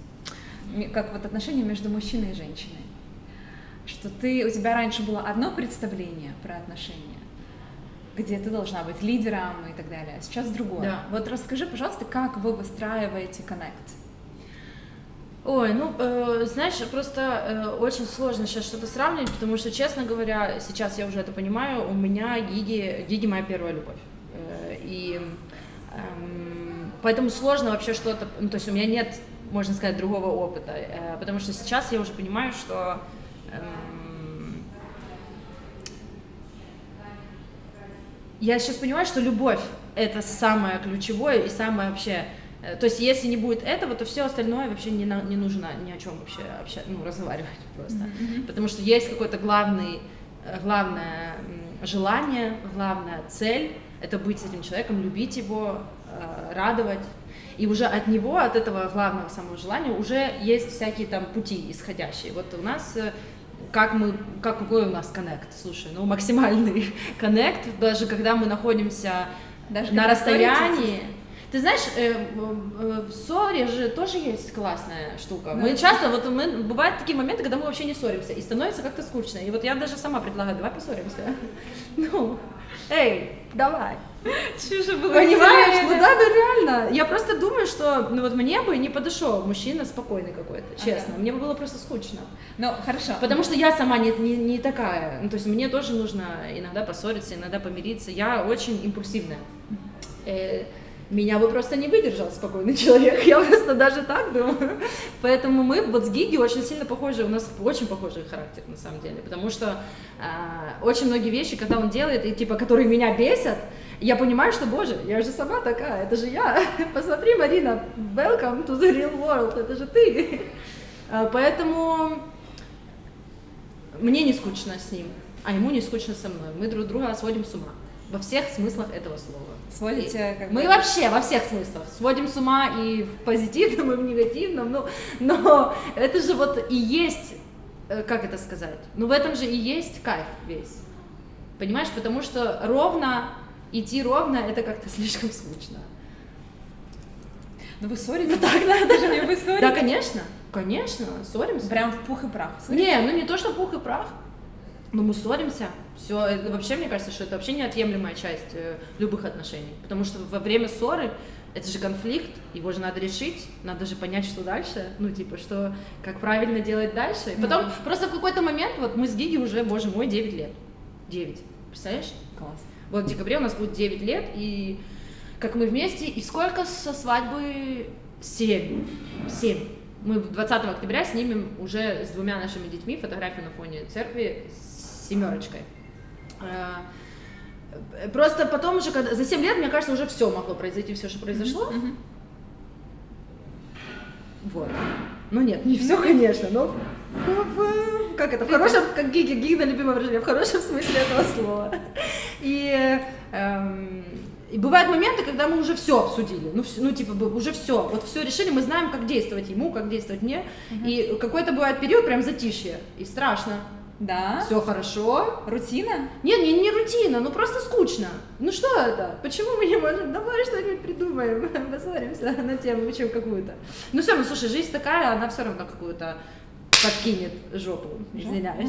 Как вот отношения между мужчиной и женщиной, что ты, у тебя раньше было одно представление про отношения, где ты должна быть лидером и так далее, а сейчас другое. Да. Вот расскажи, пожалуйста, как вы выстраиваете коннект? Ой, ну, э, знаешь, просто э, очень сложно сейчас что-то сравнивать, потому что, честно говоря, сейчас я уже это понимаю, у меня Гиги, Гиги моя первая любовь, э, и э, поэтому сложно вообще что-то, ну, то есть у меня нет, можно сказать, другого опыта, э, потому что сейчас я уже понимаю, что э, я сейчас понимаю, что любовь — это самое ключевое и самое вообще, э, то есть если не будет этого, то все остальное вообще не, на, не нужно ни о чем вообще общаться, ну, разговаривать просто, mm-hmm. потому что есть какой-то главный, главное желание, главная цель — это быть с этим человеком, любить его, э, радовать. И уже от него, от этого главного самого желания, уже есть всякие там пути исходящие. Вот у нас, как мы, как, какой у нас коннект? Слушай, ну максимальный коннект, даже когда мы находимся даже на расстоянии. Ты знаешь, э, э, в ссоре же тоже есть классная штука. Да. Мы часто, вот мы, бывают такие моменты, когда мы вообще не ссоримся, и становится как-то скучно. И вот я даже сама предлагаю, давай поссоримся. Ну, эй, давай. Чужо было. Понимаешь? Ну да, ну реально. Я просто думаю, что ну вот мне бы не подошел мужчина спокойный какой-то, честно. Ага. Мне бы было просто скучно. Ну, хорошо. Потому что я сама не, не, не такая. Ну, то есть мне тоже нужно иногда поссориться, иногда помириться. Я очень импульсивная. Э, меня бы просто не выдержал спокойный человек. Я просто даже так думаю. Поэтому мы вот с Гиги очень сильно похожи. У нас очень похожий характер, на самом деле. Потому что э, очень многие вещи, когда он делает, и типа, которые меня бесят, я понимаю, что, боже, я же сама такая, это же я. Посмотри, Марина, welcome to the real world, это же ты. Поэтому мне не скучно с ним, а ему не скучно со мной. Мы друг друга сводим с ума. Во всех смыслах этого слова. Сводите как бы... Мы вообще во всех смыслах сводим с ума и в позитивном, и в негативном, ну, но это же вот и есть, как это сказать, ну в этом же и есть кайф весь, понимаешь, потому что ровно, идти ровно, это как-то слишком скучно. Ну вы ссоритесь? Ну так, да, даже не вы ссоритесь? Да, конечно, конечно, ссоримся. Прям в пух и прах? Не, ну не то, что пух и прах, но мы ссоримся. Все, это вообще, мне кажется, что это вообще неотъемлемая часть э, любых отношений, потому что во время ссоры это же конфликт, его же надо решить, надо же понять, что дальше, ну типа, что, как правильно делать дальше. И потом mm-hmm. просто в какой-то момент, вот мы с Гиги уже, боже мой, девять лет, девять, представляешь? Класс. Вот в декабре у нас будет девять лет, и как мы вместе, и сколько со свадьбы? семь, семь. Мы двадцатого октября снимем уже с двумя нашими детьми фотографию на фоне церкви с семерочкой. Просто потом уже, когда, за семь лет, мне кажется, уже все могло произойти, все, что произошло. Mm-hmm. Вот. Ну нет, не все, конечно, но в, как это, в хорошем, как Гиги, Гигна любимое выражение, в хорошем смысле этого слова. И, эм, и бывают моменты, когда мы уже все обсудили, ну, ну типа уже все, вот все решили, мы знаем, как действовать ему, как действовать мне, mm-hmm. и какой-то бывает период прям затишье, и страшно. Да. Все хорошо. Рутина? Нет, не, не рутина, ну просто скучно. Ну что это? Почему мы не можем? Давай что-нибудь придумаем, поссоримся на тему, чем какую-то. Ну все, ну слушай, жизнь такая, она все равно какую-то подкинет жопу, извиняюсь.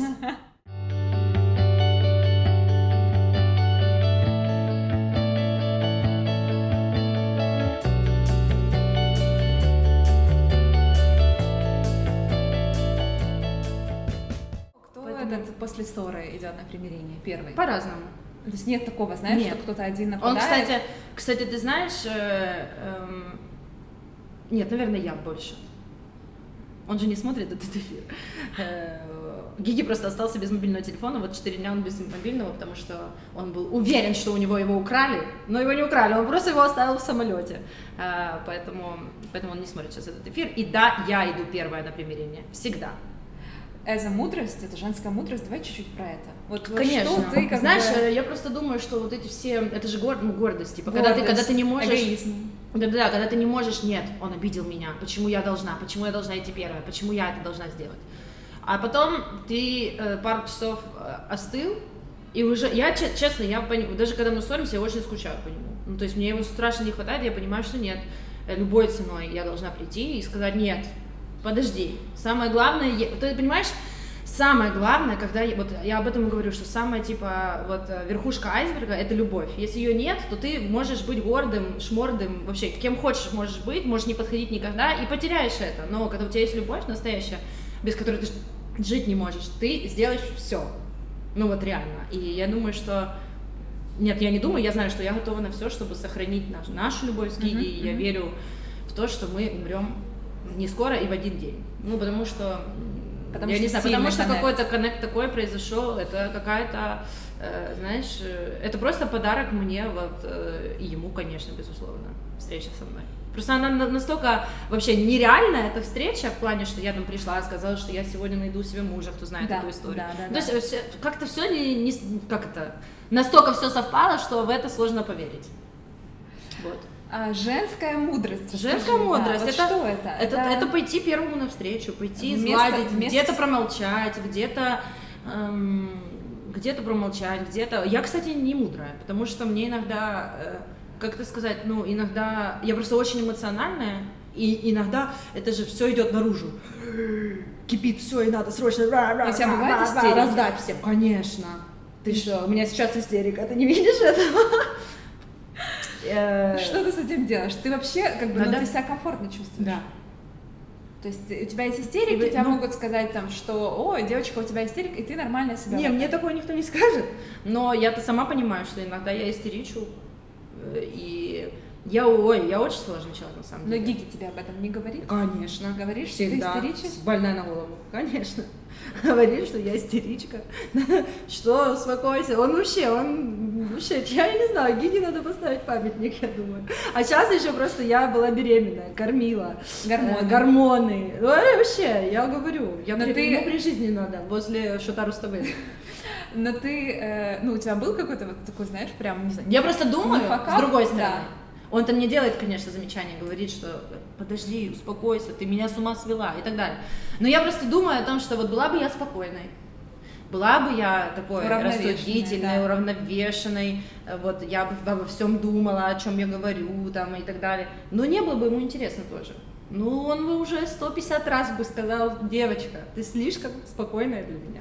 После ссоры идет на примирение, первый? По-разному. То есть нет такого, знаешь, нет. Что кто-то один нападает? Он, кстати, кстати, ты знаешь, э, э, нет, наверное, я больше. Он же не смотрит этот эфир. Э, Гиги просто остался без мобильного телефона, вот четыре дня он без мобильного, потому что он был уверен, что у него его украли, но его не украли, он просто его оставил в самолете. Э, поэтому, поэтому он не смотрит сейчас этот эфир. И да, я иду первая на примирение, всегда. Это мудрость, это женская мудрость, давай чуть-чуть про это. Вот, конечно. Что ты, как знаешь, бы... я просто думаю, что вот эти все, это же гор... ну, гордость, типа, гордость, когда ты, когда ты не можешь... Эгоизм. Да-да, когда ты не можешь, нет, он обидел меня, почему я должна, почему я должна идти первая, почему я это должна сделать. А потом ты э, пару часов э, остыл, и уже, я, честно, я понимаю, даже когда мы ссоримся, я очень скучаю по нему. Ну, то есть мне его страшно не хватает, я понимаю, что нет, любой ценой я должна прийти и сказать, нет, подожди, самое главное, я, ты понимаешь, самое главное, когда, я, вот я об этом и говорю, что самая, типа, вот верхушка айсберга — это любовь, если ее нет, то ты можешь быть гордым, шмордым, вообще, кем хочешь можешь быть, можешь не подходить никогда и потеряешь это, но когда у тебя есть любовь настоящая, без которой ты жить не можешь, ты сделаешь все, ну вот реально, и я думаю, что, нет, я не думаю, я знаю, что я готова на все, чтобы сохранить нашу, нашу любовь с Гиги, mm-hmm. и я верю в то, что мы умрем не скоро и в один день. Ну, потому что, потому я что не знаю, потому что коннект. Какой-то коннект такой произошел, это какая-то, э, знаешь, э, это просто подарок мне, вот, э, и ему, конечно, безусловно, встреча со мной. Просто она настолько вообще нереальная, эта встреча, в плане, что я там пришла, сказала, что я сегодня найду себе мужа, кто знает да, эту историю. Да, да, То да. есть как-то все не, не, как это, настолько все совпало, что в это сложно поверить. Вот. А, женская мудрость. Женская мудрость. Да, это, вот что это? Это, это? это пойти первому навстречу, пойти вместо, сгладить, вместо... где-то промолчать, где-то эм, где-то промолчать, где-то. Я, кстати, не мудрая, потому что мне иногда, э, как это сказать, ну, иногда я просто очень эмоциональная, и иногда это же все идет наружу. Кипит все, и надо срочно. У тебя бывает истерика? Раздать всем. Конечно. Ты что, у меня сейчас истерика, ты не видишь этого? Что ты с этим делаешь? Ты вообще, как бы, ну, ты себя комфортно чувствуешь? Да. То есть у тебя есть истерики, и, тебя ну, могут сказать там, что, о, девочка, у тебя истерика, и ты нормально себя... Не, мне такое никто не скажет, но я-то сама понимаю, что иногда я истеричу, и Я, ой, я очень сложный человек, на самом Но деле. Гиги тебе об этом не говорит? Конечно. Говоришь, всегда. что ты истеричка? Больная на голову, конечно. Говорит, что я истеричка. Что, успокойся. Он вообще, он вообще, я не знаю, Гиге надо поставить памятник, я думаю. А сейчас еще просто я была беременная, кормила. Гормоны. Э, гормоны. Ну, вообще, я говорю, я Но при, ты... ему при жизни надо, возле Шота Руставели. Но ты, э, ну, у тебя был какой-то вот такой, знаешь, прям, не знаю... Я просто думаю, с другой стороны. Да. Он-то мне делает, конечно, замечание, говорит, что подожди, успокойся, ты меня с ума свела и так далее. Но я просто думаю о том, что вот была бы я спокойной, была бы я такой рассудительной, да. уравновешенной, вот я бы обо всем думала, о чем я говорю там и так далее. Но не было бы ему интересно тоже. Ну, он бы уже сто пятьдесят раз бы сказал: девочка, ты слишком спокойная для меня.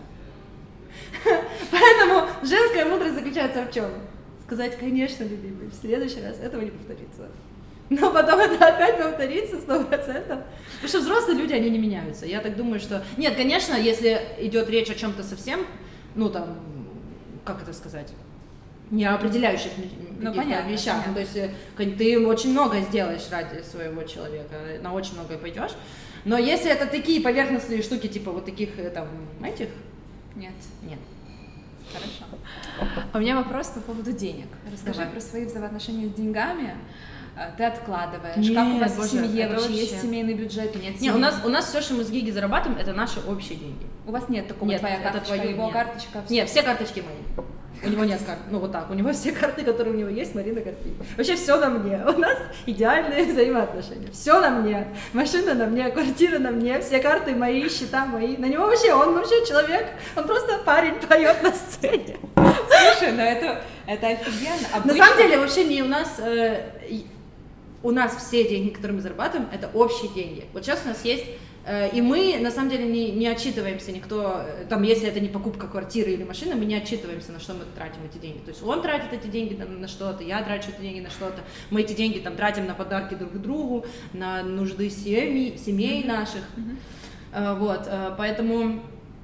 Поэтому женская мудрость заключается в чем? Сказать: конечно, любимый, в следующий раз этого не повторится. Но потом это опять повторится сто процентов. Потому что взрослые люди, они не меняются. Я так думаю, что... Нет, конечно, если идет речь о чем-то совсем, ну там, как это сказать, не определяющих ну, понятно, вещах. Понятно. То есть ты очень много сделаешь ради своего человека, на очень многое пойдешь. Но если это такие поверхностные штуки, типа вот таких там, этих... Нет. Нет. Хорошо. У меня вопрос по поводу денег. Расскажи Давай. про свои взаимоотношения с деньгами. Ты откладываешь, нет, как у вас боже, в семье вообще, вообще есть семейный бюджет, нет? Нет, у нас, у нас все, что мы с Гиги зарабатываем, это наши общие деньги. У вас нет такого, нет, твоя карточка, твою, его нет. карточка? Все. Нет, все карточки мои. У него нет карт, ну вот так, у него все карты, которые у него есть, Марина Карпи. Вообще все на мне, у нас идеальные взаимоотношения, все на мне, машина на мне, квартира на мне, все карты мои, счета мои, на него вообще, он вообще человек, он просто парень поет на сцене. Слушай, ну это, это офигенно. Обычно... На самом деле вообще не у нас, э, у нас все деньги, которые мы зарабатываем, это общие деньги. Вот сейчас у нас есть... И мы, на самом деле, не, не отчитываемся никто, там, если это не покупка квартиры или машины, мы не отчитываемся, на что мы тратим эти деньги. То есть он тратит эти деньги там, на что-то, я трачу эти деньги на что-то. Мы эти деньги там тратим на подарки друг другу, на нужды семьи, семей mm-hmm. наших. Mm-hmm. Вот, поэтому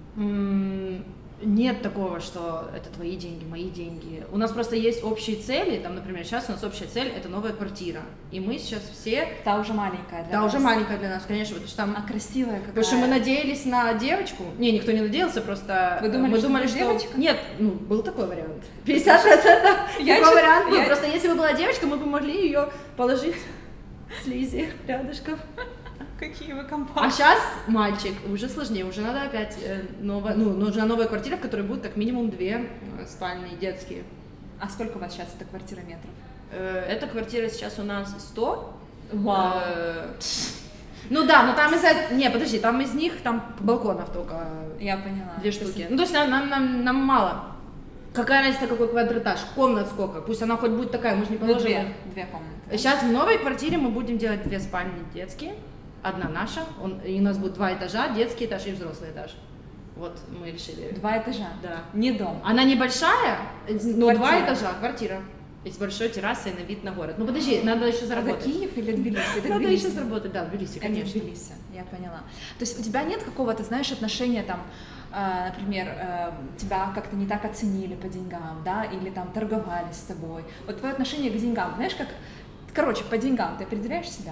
м- нет такого, что это твои деньги, мои деньги. У нас просто есть общие цели, там, например, сейчас у нас общая цель — это новая квартира, и мы сейчас все... Та уже маленькая для да, нас. уже маленькая для нас, конечно, потому что там... А красивая какая. Потому что мы надеялись на девочку. Не, никто не надеялся, просто... Вы думали, мы что думали, что... девочка? Нет, ну, был такой вариант. пятьдесят процентов такой вариант был. Я... Просто если бы была девочка, мы бы могли ее положить слизи рядышком. Какие вы компании. А сейчас мальчик, уже сложнее, уже надо опять э, новая, ну, нужна новая квартира, в которой будет как минимум две э, спальни детские. А сколько у вас сейчас эта квартира метров? Э, эта квартира сейчас у нас сто. Вау. Э, ну да, но там из... Не, подожди, там из них, там балконов только... Я поняла. Две штуки. Ну то есть нам, нам, нам, нам мало. Какая разница, какой квадратаж, комнат сколько, пусть она хоть будет такая, мы же не положим. Ну, две, две комнаты. Сейчас в новой квартире мы будем делать две спальни детские. Одна наша, он, и у нас будет два этажа, детский этаж и взрослый этаж. Вот мы решили. Два этажа? Да. Не дом? Она небольшая, но квартира. Два этажа, квартира. И с большой террасой на вид на город. Ну подожди, надо еще заработать. Это Киев или Тбилиси? Надо еще заработать, да, в Тбилиси, конечно. В Тбилиси, я поняла. То есть у тебя нет какого-то, знаешь, отношения там, э, например, э, тебя как-то не так оценили по деньгам, да, или там торговали с тобой. Вот твое отношение к деньгам, знаешь, как, короче, по деньгам ты определяешь себя?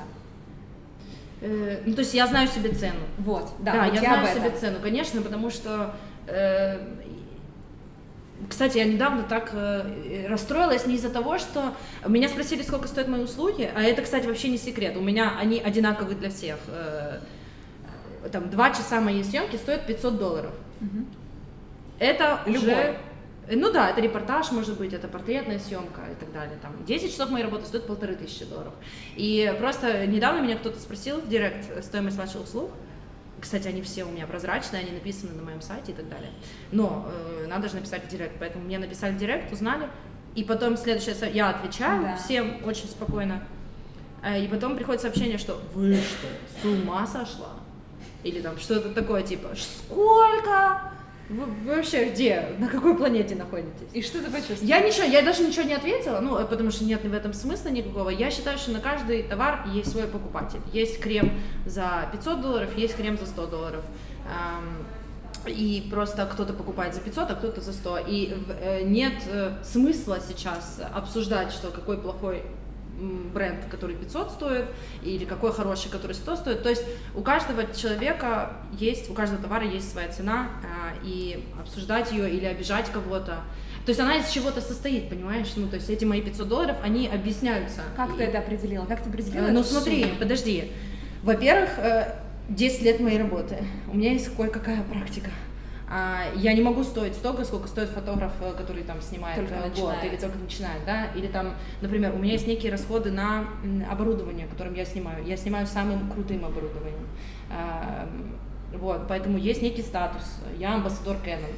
Э, ну, то есть я знаю себе цену. Вот, да, да вот я, я знаю себе цену, конечно, потому что, э, кстати, я недавно так э, расстроилась не из-за того, что меня спросили, сколько стоят мои услуги, а это, кстати, вообще не секрет, у меня они одинаковые для всех. Э, там два часа моей съемки стоят пятьсот долларов. Угу. Это Любой. уже... Ну да, это репортаж, может быть, это портретная съемка и так далее. Там десять часов моей работы стоит полторы тысячи долларов. И просто недавно меня кто-то спросил в директ стоимость ваших услуг. Кстати, они все у меня прозрачные, они написаны на моем сайте и так далее. Но э, надо же написать в директ, поэтому мне написали в директ, узнали. И потом следующее, я отвечаю да. всем очень спокойно. И потом приходит сообщение, что вы что, с ума сошла? Или там что-то такое, типа, сколько? Вы, вы вообще где? На какой планете находитесь? И что ты почувствовала? Я ничего, я даже ничего не ответила, ну, потому что нет в этом смысла никакого. Я считаю, что на каждый товар есть свой покупатель. Есть крем за пятьсот долларов, есть крем за сто долларов. И просто кто-то покупает за пятьсот, а кто-то за сто. И нет смысла сейчас обсуждать, что какой плохой бренд, который пятьсот стоит, или какой хороший, который сто стоит. То есть у каждого человека есть, у каждого товара есть своя цена, и обсуждать ее или обижать кого-то. То есть она из чего-то состоит, понимаешь? Ну, то есть эти мои пятьсот долларов, они объясняются. Как и... ты это определила? Как ты определила? Ну, смотри, сумму? Подожди. Во-первых, десять лет моей работы. У меня есть кое-какая практика. Я не могу стоить столько, сколько стоит фотограф, который там снимает только год или только начинает, да, или там, например, у меня есть некие расходы на оборудование, которым я снимаю. Я снимаю самым крутым оборудованием. Вот, поэтому есть некий статус. Я амбассадор Canon.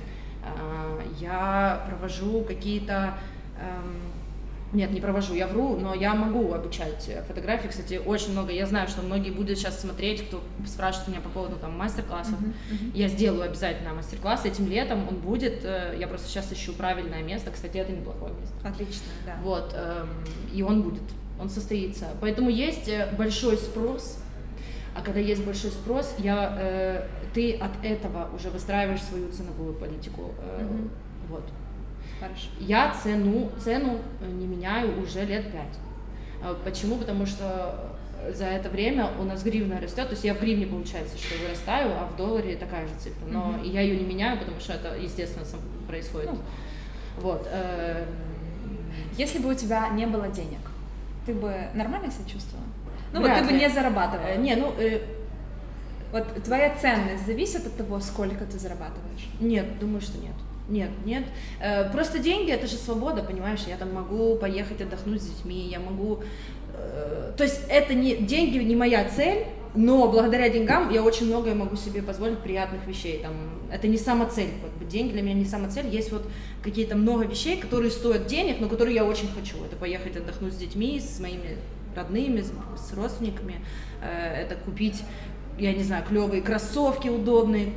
Я провожу какие-то... Нет, не провожу, я вру, но я могу обучать фотографии. Кстати, очень много. Я знаю, что многие будут сейчас смотреть, кто спрашивает меня по поводу там мастер-классов. Uh-huh, uh-huh. Я сделаю обязательно мастер-класс. Этим летом он будет. Я просто сейчас ищу правильное место. Кстати, это неплохое место. Отлично, да. Вот, и он будет, он состоится. Поэтому есть большой спрос. А когда есть большой спрос, я, э, ты от этого уже выстраиваешь свою ценовую политику. Э, uh-huh. Вот. Хорошо. Я цену, цену не меняю уже лет пять. Почему? Потому что за это время у нас гривна растет, то есть я в гривне, получается, что вырастаю, а в долларе такая же цифра. Но uh-huh. я ее не меняю, потому что это, естественно, происходит. Ну. Вот. Если бы у тебя не было денег, ты бы нормально себя чувствовала? Ну вот ты бы не зарабатывала. Не, ну... Вот твоя ценность зависит от того, сколько ты зарабатываешь? Нет, думаю, что нет. Нет, нет. Просто деньги — это же свобода, понимаешь? Я там могу поехать отдохнуть с детьми, я могу... То есть это не... Деньги не моя цель, но благодаря деньгам я очень многое могу себе позволить приятных вещей. Там, это не самоцель. Деньги для меня не самоцель. Есть вот какие-то много вещей, которые стоят денег, но которые я очень хочу. Это поехать отдохнуть с детьми, с моими родными, с родственниками. Это купить, я не знаю, клевые кроссовки удобные,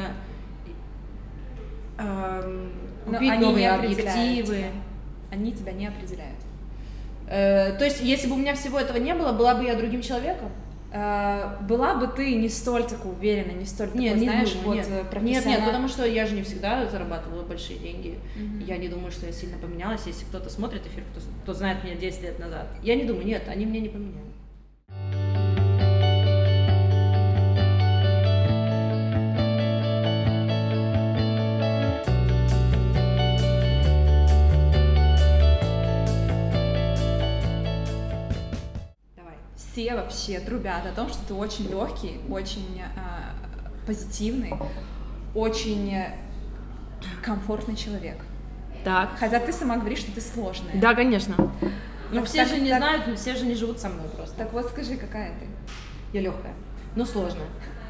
купить новые объективы. Тебя. Они тебя не определяют. Э, то есть, если бы у меня всего этого не было, была бы я другим человеком? Э, была бы ты не столь такой уверена, не столь такой, нет, знаешь, не думаю, вот нет. профессионал... Нет, нет, потому что я же не всегда зарабатывала большие деньги. Mm-hmm. Я не думаю, что я сильно поменялась. Если кто-то смотрит эфир, кто, кто знает меня десять лет назад. Я не думаю, нет, они меня не поменяли. Все вообще трубят о том, что ты очень легкий, очень э, позитивный, очень комфортный человек. Так. Хотя ты сама говоришь, что ты сложная. Да, конечно. Но так, все так, же не так, знают, все же не живут со мной просто. Так вот скажи, какая ты? Я легкая, но сложная.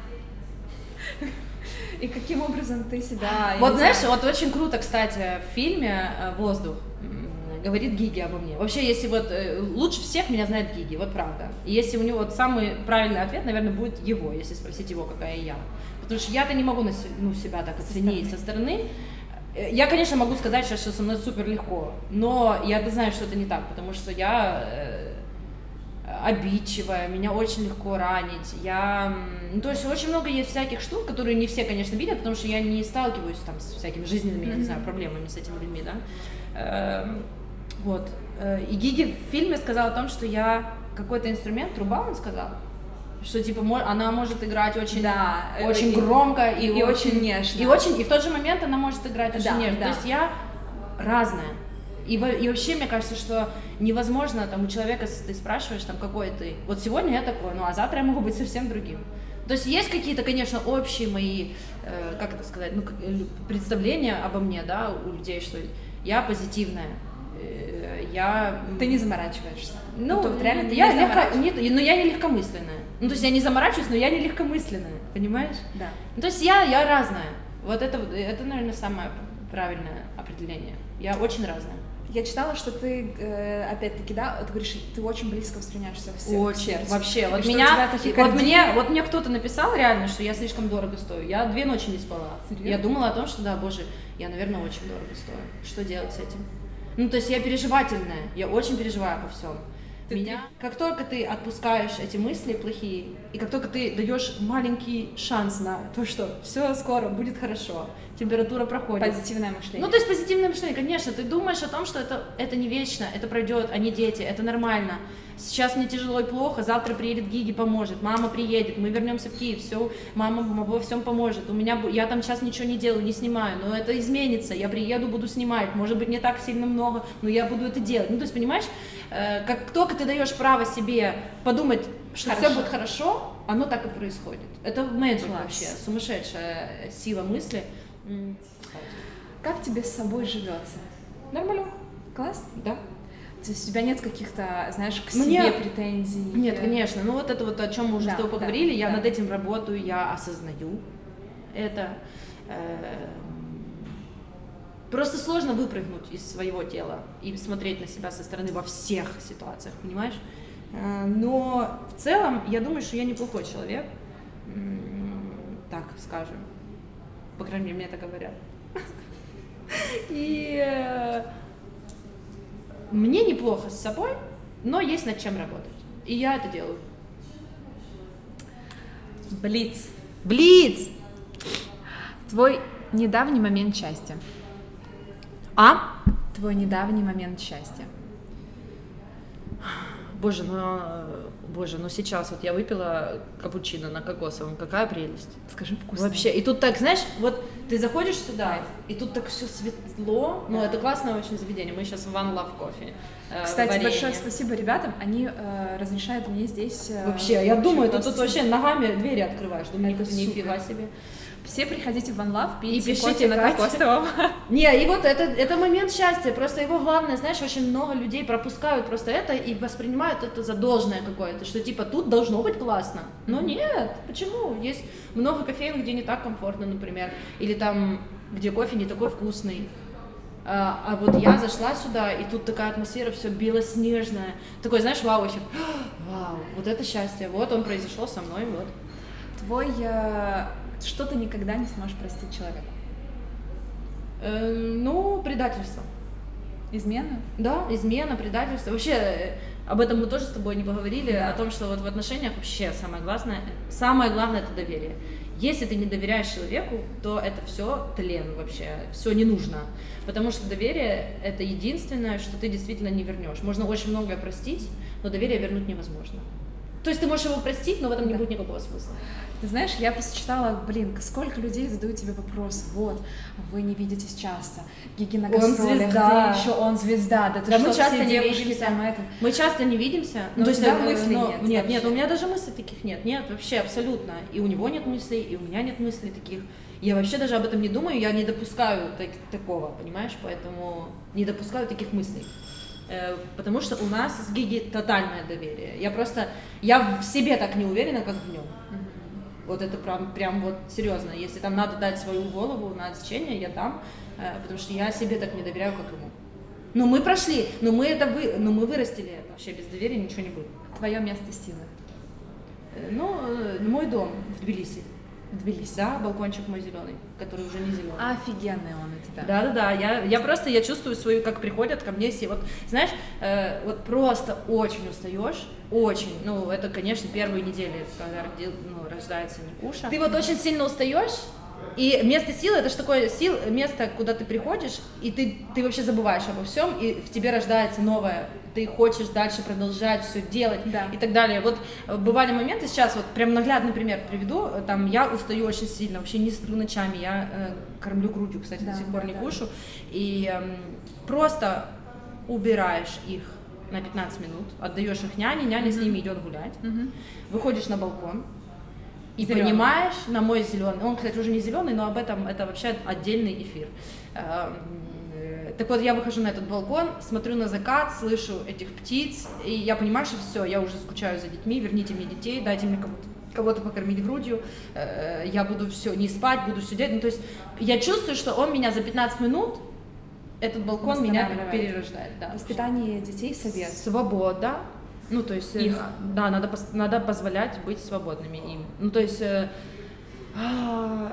И каким образом ты себя... Вот знаешь, вот очень круто, кстати, в фильме «Воздух» говорит Гиги обо мне. Вообще, если вот э, лучше всех меня знает Гиги, вот правда. И если у него вот самый правильный ответ, наверное, будет его, если спросить его, какая я. Потому что я-то не могу на, ну, себя так оценить со стороны. Я, конечно, могу сказать сейчас, что со мной супер легко, но я-то знаю, что это не так, потому что я э, обидчивая, меня очень легко ранить. Я, ну, то есть очень много есть всяких штук, которые не все, конечно, видят, потому что я не сталкиваюсь там с всякими жизненными, я не знаю, проблемами с этими людьми, да. Э, Вот. И Гиги в фильме сказал о том, что я какой-то инструмент, труба, он сказал, что типа она может играть очень, да, очень и, громко и, и, и очень, очень нежно. И, очень, и в тот же момент она может играть очень да, нежно. Да. То есть я разная. И, и вообще, мне кажется, что невозможно, там, у человека, если ты спрашиваешь, там, какой ты, вот сегодня я такой, ну, а завтра я могу быть совсем другим. То есть есть какие-то, конечно, общие мои, э, как это сказать, ну, представления обо мне, да, у людей, что я позитивная. Я... Ты не заморачиваешься. Ну, ну реально ты я не легко... Нет, но я не легкомысленная. Ну, то есть я не заморачиваюсь, но я не легкомысленная, понимаешь? Да. Ну, то есть я, я разная. Вот это, это, наверное, самое правильное определение. Я очень разная. Я читала, что ты, опять-таки, да, ты говоришь, ты очень близко воспринимаешься всех. Очень, вообще. Вот, и меня, вот, мне, вот мне кто-то написал реально, что я слишком дорого стою. Я две ночи не спала. Серьезно? Я думала о том, что, да, боже, я, наверное, очень дорого стою. Что делать с этим? Ну, то есть я переживательная, я очень переживаю обо всем. Ты, меня. Ты... Как только ты отпускаешь эти мысли плохие, и как только ты даешь маленький шанс на то, что все скоро будет хорошо, температура проходит. Позитивное мышление. Ну, то есть позитивное мышление, конечно. Ты думаешь о том, что это, это не вечно, это пройдет, они дети, это нормально. Сейчас мне тяжело и плохо, завтра приедет Гиги, поможет, мама приедет, мы вернемся в Киев, все, мама во всем поможет. У меня, я там сейчас ничего не делаю, не снимаю, но это изменится, я приеду, буду снимать, может быть, не так сильно много, но я буду это делать. Ну, то есть, понимаешь, как только ты даешь право себе подумать, что хорошо. Все будет хорошо, оно так и происходит. Это magic вообще, сумасшедшая сила мысли. Как тебе с собой живется? Нормально. Класс? Да. То есть у тебя нет каких-то, знаешь, к Мне... себе претензий? Нет, конечно. Ну вот это вот, о чем мы уже да, с тобой поговорили, да, я да. над этим работаю, я осознаю это. Просто сложно выпрыгнуть из своего тела и смотреть на себя со стороны во всех ситуациях, понимаешь? Но в целом я думаю, что я неплохой человек, так скажем. По крайней мере, мне это говорят. И мне неплохо с собой, но есть над чем работать. И я это делаю. Блиц. Блиц! Твой недавний момент счастья. А? Твой недавний момент счастья. Боже, ну, боже, ну сейчас вот я выпила капучино на кокосовом, какая прелесть. Скажи, вкусно. Вообще, и тут так, знаешь, вот ты заходишь сюда, и тут так все светло, ну это классное очень заведение, мы сейчас в One Love Coffee. Э, Кстати, варенье. Большое спасибо ребятам, они э, разрешают мне здесь... Э, вообще, я думаю, ты тут вообще ногами двери открываешь, думаю, нифига себе. Все приходите в One Love, пейте кофе на кокосовом. Не, и вот это, это момент счастья, просто его главное, знаешь, очень много людей пропускают просто это и воспринимают это за должное какое-то, что типа тут должно быть классно. Но нет, почему? Есть много кофеин, где не так комфортно, например, или там, где кофе не такой вкусный. А, а вот я зашла сюда, и тут такая атмосфера, все белоснежное, такой, знаешь, вау, эффект. Вау, вот это счастье, вот он произошел со мной, вот. Твой... Что ты никогда не сможешь простить человеку? Э, ну, предательство. Измена? Да, измена, предательство. Вообще, об этом мы тоже с тобой не поговорили, да. О том, что вот в отношениях вообще самое главное, самое главное это доверие. Если ты не доверяешь человеку, то это все тлен вообще, все не нужно. Потому что доверие — это единственное, что ты действительно не вернешь. Можно очень многое простить, но доверие вернуть невозможно. То есть ты можешь его простить, но в этом да. не будет никакого смысла. Ты знаешь, я просто читала, блин, сколько людей задают тебе вопрос, вот, вы не видитесь часто, Гиги на гастролях, где еще он звезда, да ты да что, мы часто не девушки, видимся. Там, это... Мы часто не видимся. Ну, то есть, да, мыслей но, нет? Нет, нет, у меня даже мыслей таких нет, нет, вообще абсолютно. И у него нет мыслей, и у меня нет мыслей таких. Я вообще даже об этом не думаю, я не допускаю так, такого, понимаешь, поэтому не допускаю таких мыслей. Потому что у нас с Гиги тотальное доверие. Я просто, я в себе так не уверена, как в нем. Mm-hmm. Вот это прям, прям вот серьезно. Если там надо дать свою голову на отсечение, я дам, потому что я себе так не доверяю, как ему. Ну мы прошли, но мы это вы, но мы вырастили. Вообще без доверия ничего не будет. Твое место силы? Ну, мой дом в Тбилиси. В Тбилиси? Да, балкончик мой зеленый, который уже не зеленый. Офигенный он у тебя. Да-да-да, я, я просто, я чувствую свою, как приходят ко мне все, вот, знаешь, э, вот просто очень устаешь, очень, ну, это, конечно, первые недели, когда ну, рождается Никуша. Ты вот очень сильно устаешь, и место силы, это же такое сил, место, куда ты приходишь, и ты, ты вообще забываешь обо всем, и в тебе рождается новое, ты хочешь дальше продолжать все делать, да. И так далее. Вот бывали моменты, сейчас вот прям наглядный пример приведу, там я устаю очень сильно, вообще не сплю ночами, я э, кормлю грудью, кстати, да, до сих пор да, не да. кушу, и э, просто убираешь их на пятнадцать минут, отдаешь их няне, няня mm-hmm. с ними идет гулять, mm-hmm. выходишь на балкон, и зеленый. Понимаешь, на мой зеленый, он, кстати, уже не зеленый, но об этом это вообще отдельный эфир. Так вот, я выхожу на этот балкон, смотрю на закат, слышу этих птиц, и я понимаю, что все, я уже скучаю за детьми, верните мне детей, дайте мне кого-то, кого-то покормить грудью, я буду все, не спать, буду все делать. Ну, то есть я чувствую, что он меня за пятнадцать минут, этот балкон меня перерождает. Да. Воспитание детей — совет. Свобода. Ну, то есть, их. Да, надо, надо позволять быть свободными им. Ну, то есть, э, э,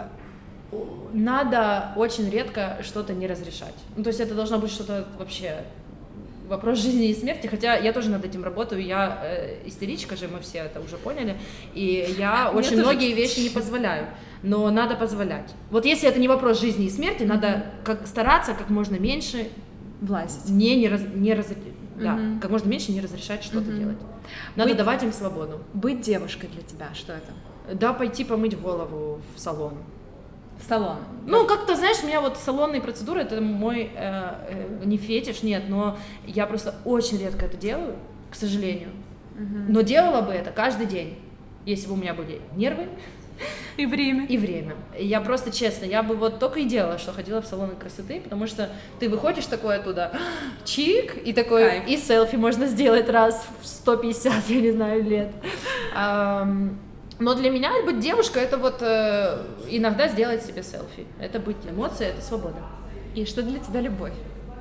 надо очень редко что-то не разрешать. Ну, то есть, это должно быть что-то вообще вопрос жизни и смерти, хотя я тоже над этим работаю, я э, истеричка же, мы все это уже поняли, и я очень тоже... многие вещи не позволяю, но надо позволять. Вот если это не вопрос жизни и смерти, mm-hmm. надо как, стараться как можно меньше влазить, не, не, раз, не раз, mm-hmm. да, как можно меньше не разрешать что-то mm-hmm. делать. Надо быть, давать им свободу. Быть девушкой для тебя, что это? Да, пойти помыть голову в салон. В салон? Ну, как-то, знаешь, у меня вот салонные процедуры, это мой, э, э, не фетиш, нет, но я просто очень редко это делаю, к сожалению. Uh-huh. Но делала бы это каждый день, если бы у меня были нервы. И время. И время. Я просто, честно, я бы вот только и делала, что ходила в салоны красоты, потому что ты выходишь такой оттуда, чик, и такой, Кайф. И селфи можно сделать раз в сто пятьдесят, я не знаю, лет. Но для меня быть девушкой — это вот э, иногда сделать себе селфи. Это быть эмоцией, это свобода. И что для тебя любовь?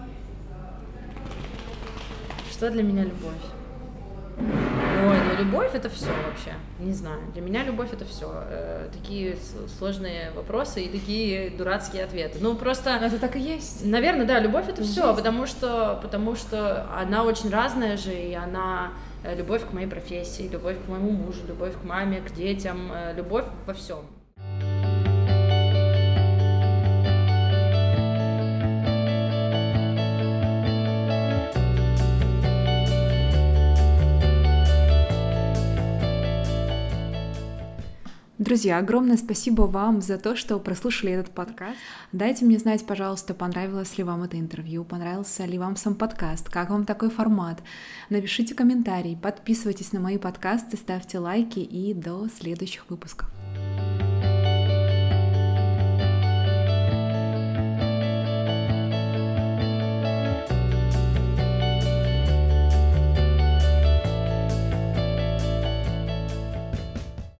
Что для меня любовь? Ой, ну любовь — это все вообще. Не знаю. Для меня любовь — это все. Э, такие сложные вопросы и такие дурацкие ответы. Ну просто. Это так и есть. Наверное, да. Любовь — это все, потому что, потому что она очень разная же, и она. Любовь к моей профессии, любовь к моему мужу, любовь к маме, к детям, любовь во всем. Друзья, огромное спасибо вам за то, что прослушали этот подкаст. Дайте мне знать, пожалуйста, понравилось ли вам это интервью, понравился ли вам сам подкаст, как вам такой формат. Напишите комментарий, подписывайтесь на мои подкасты, ставьте лайки и до следующих выпусков.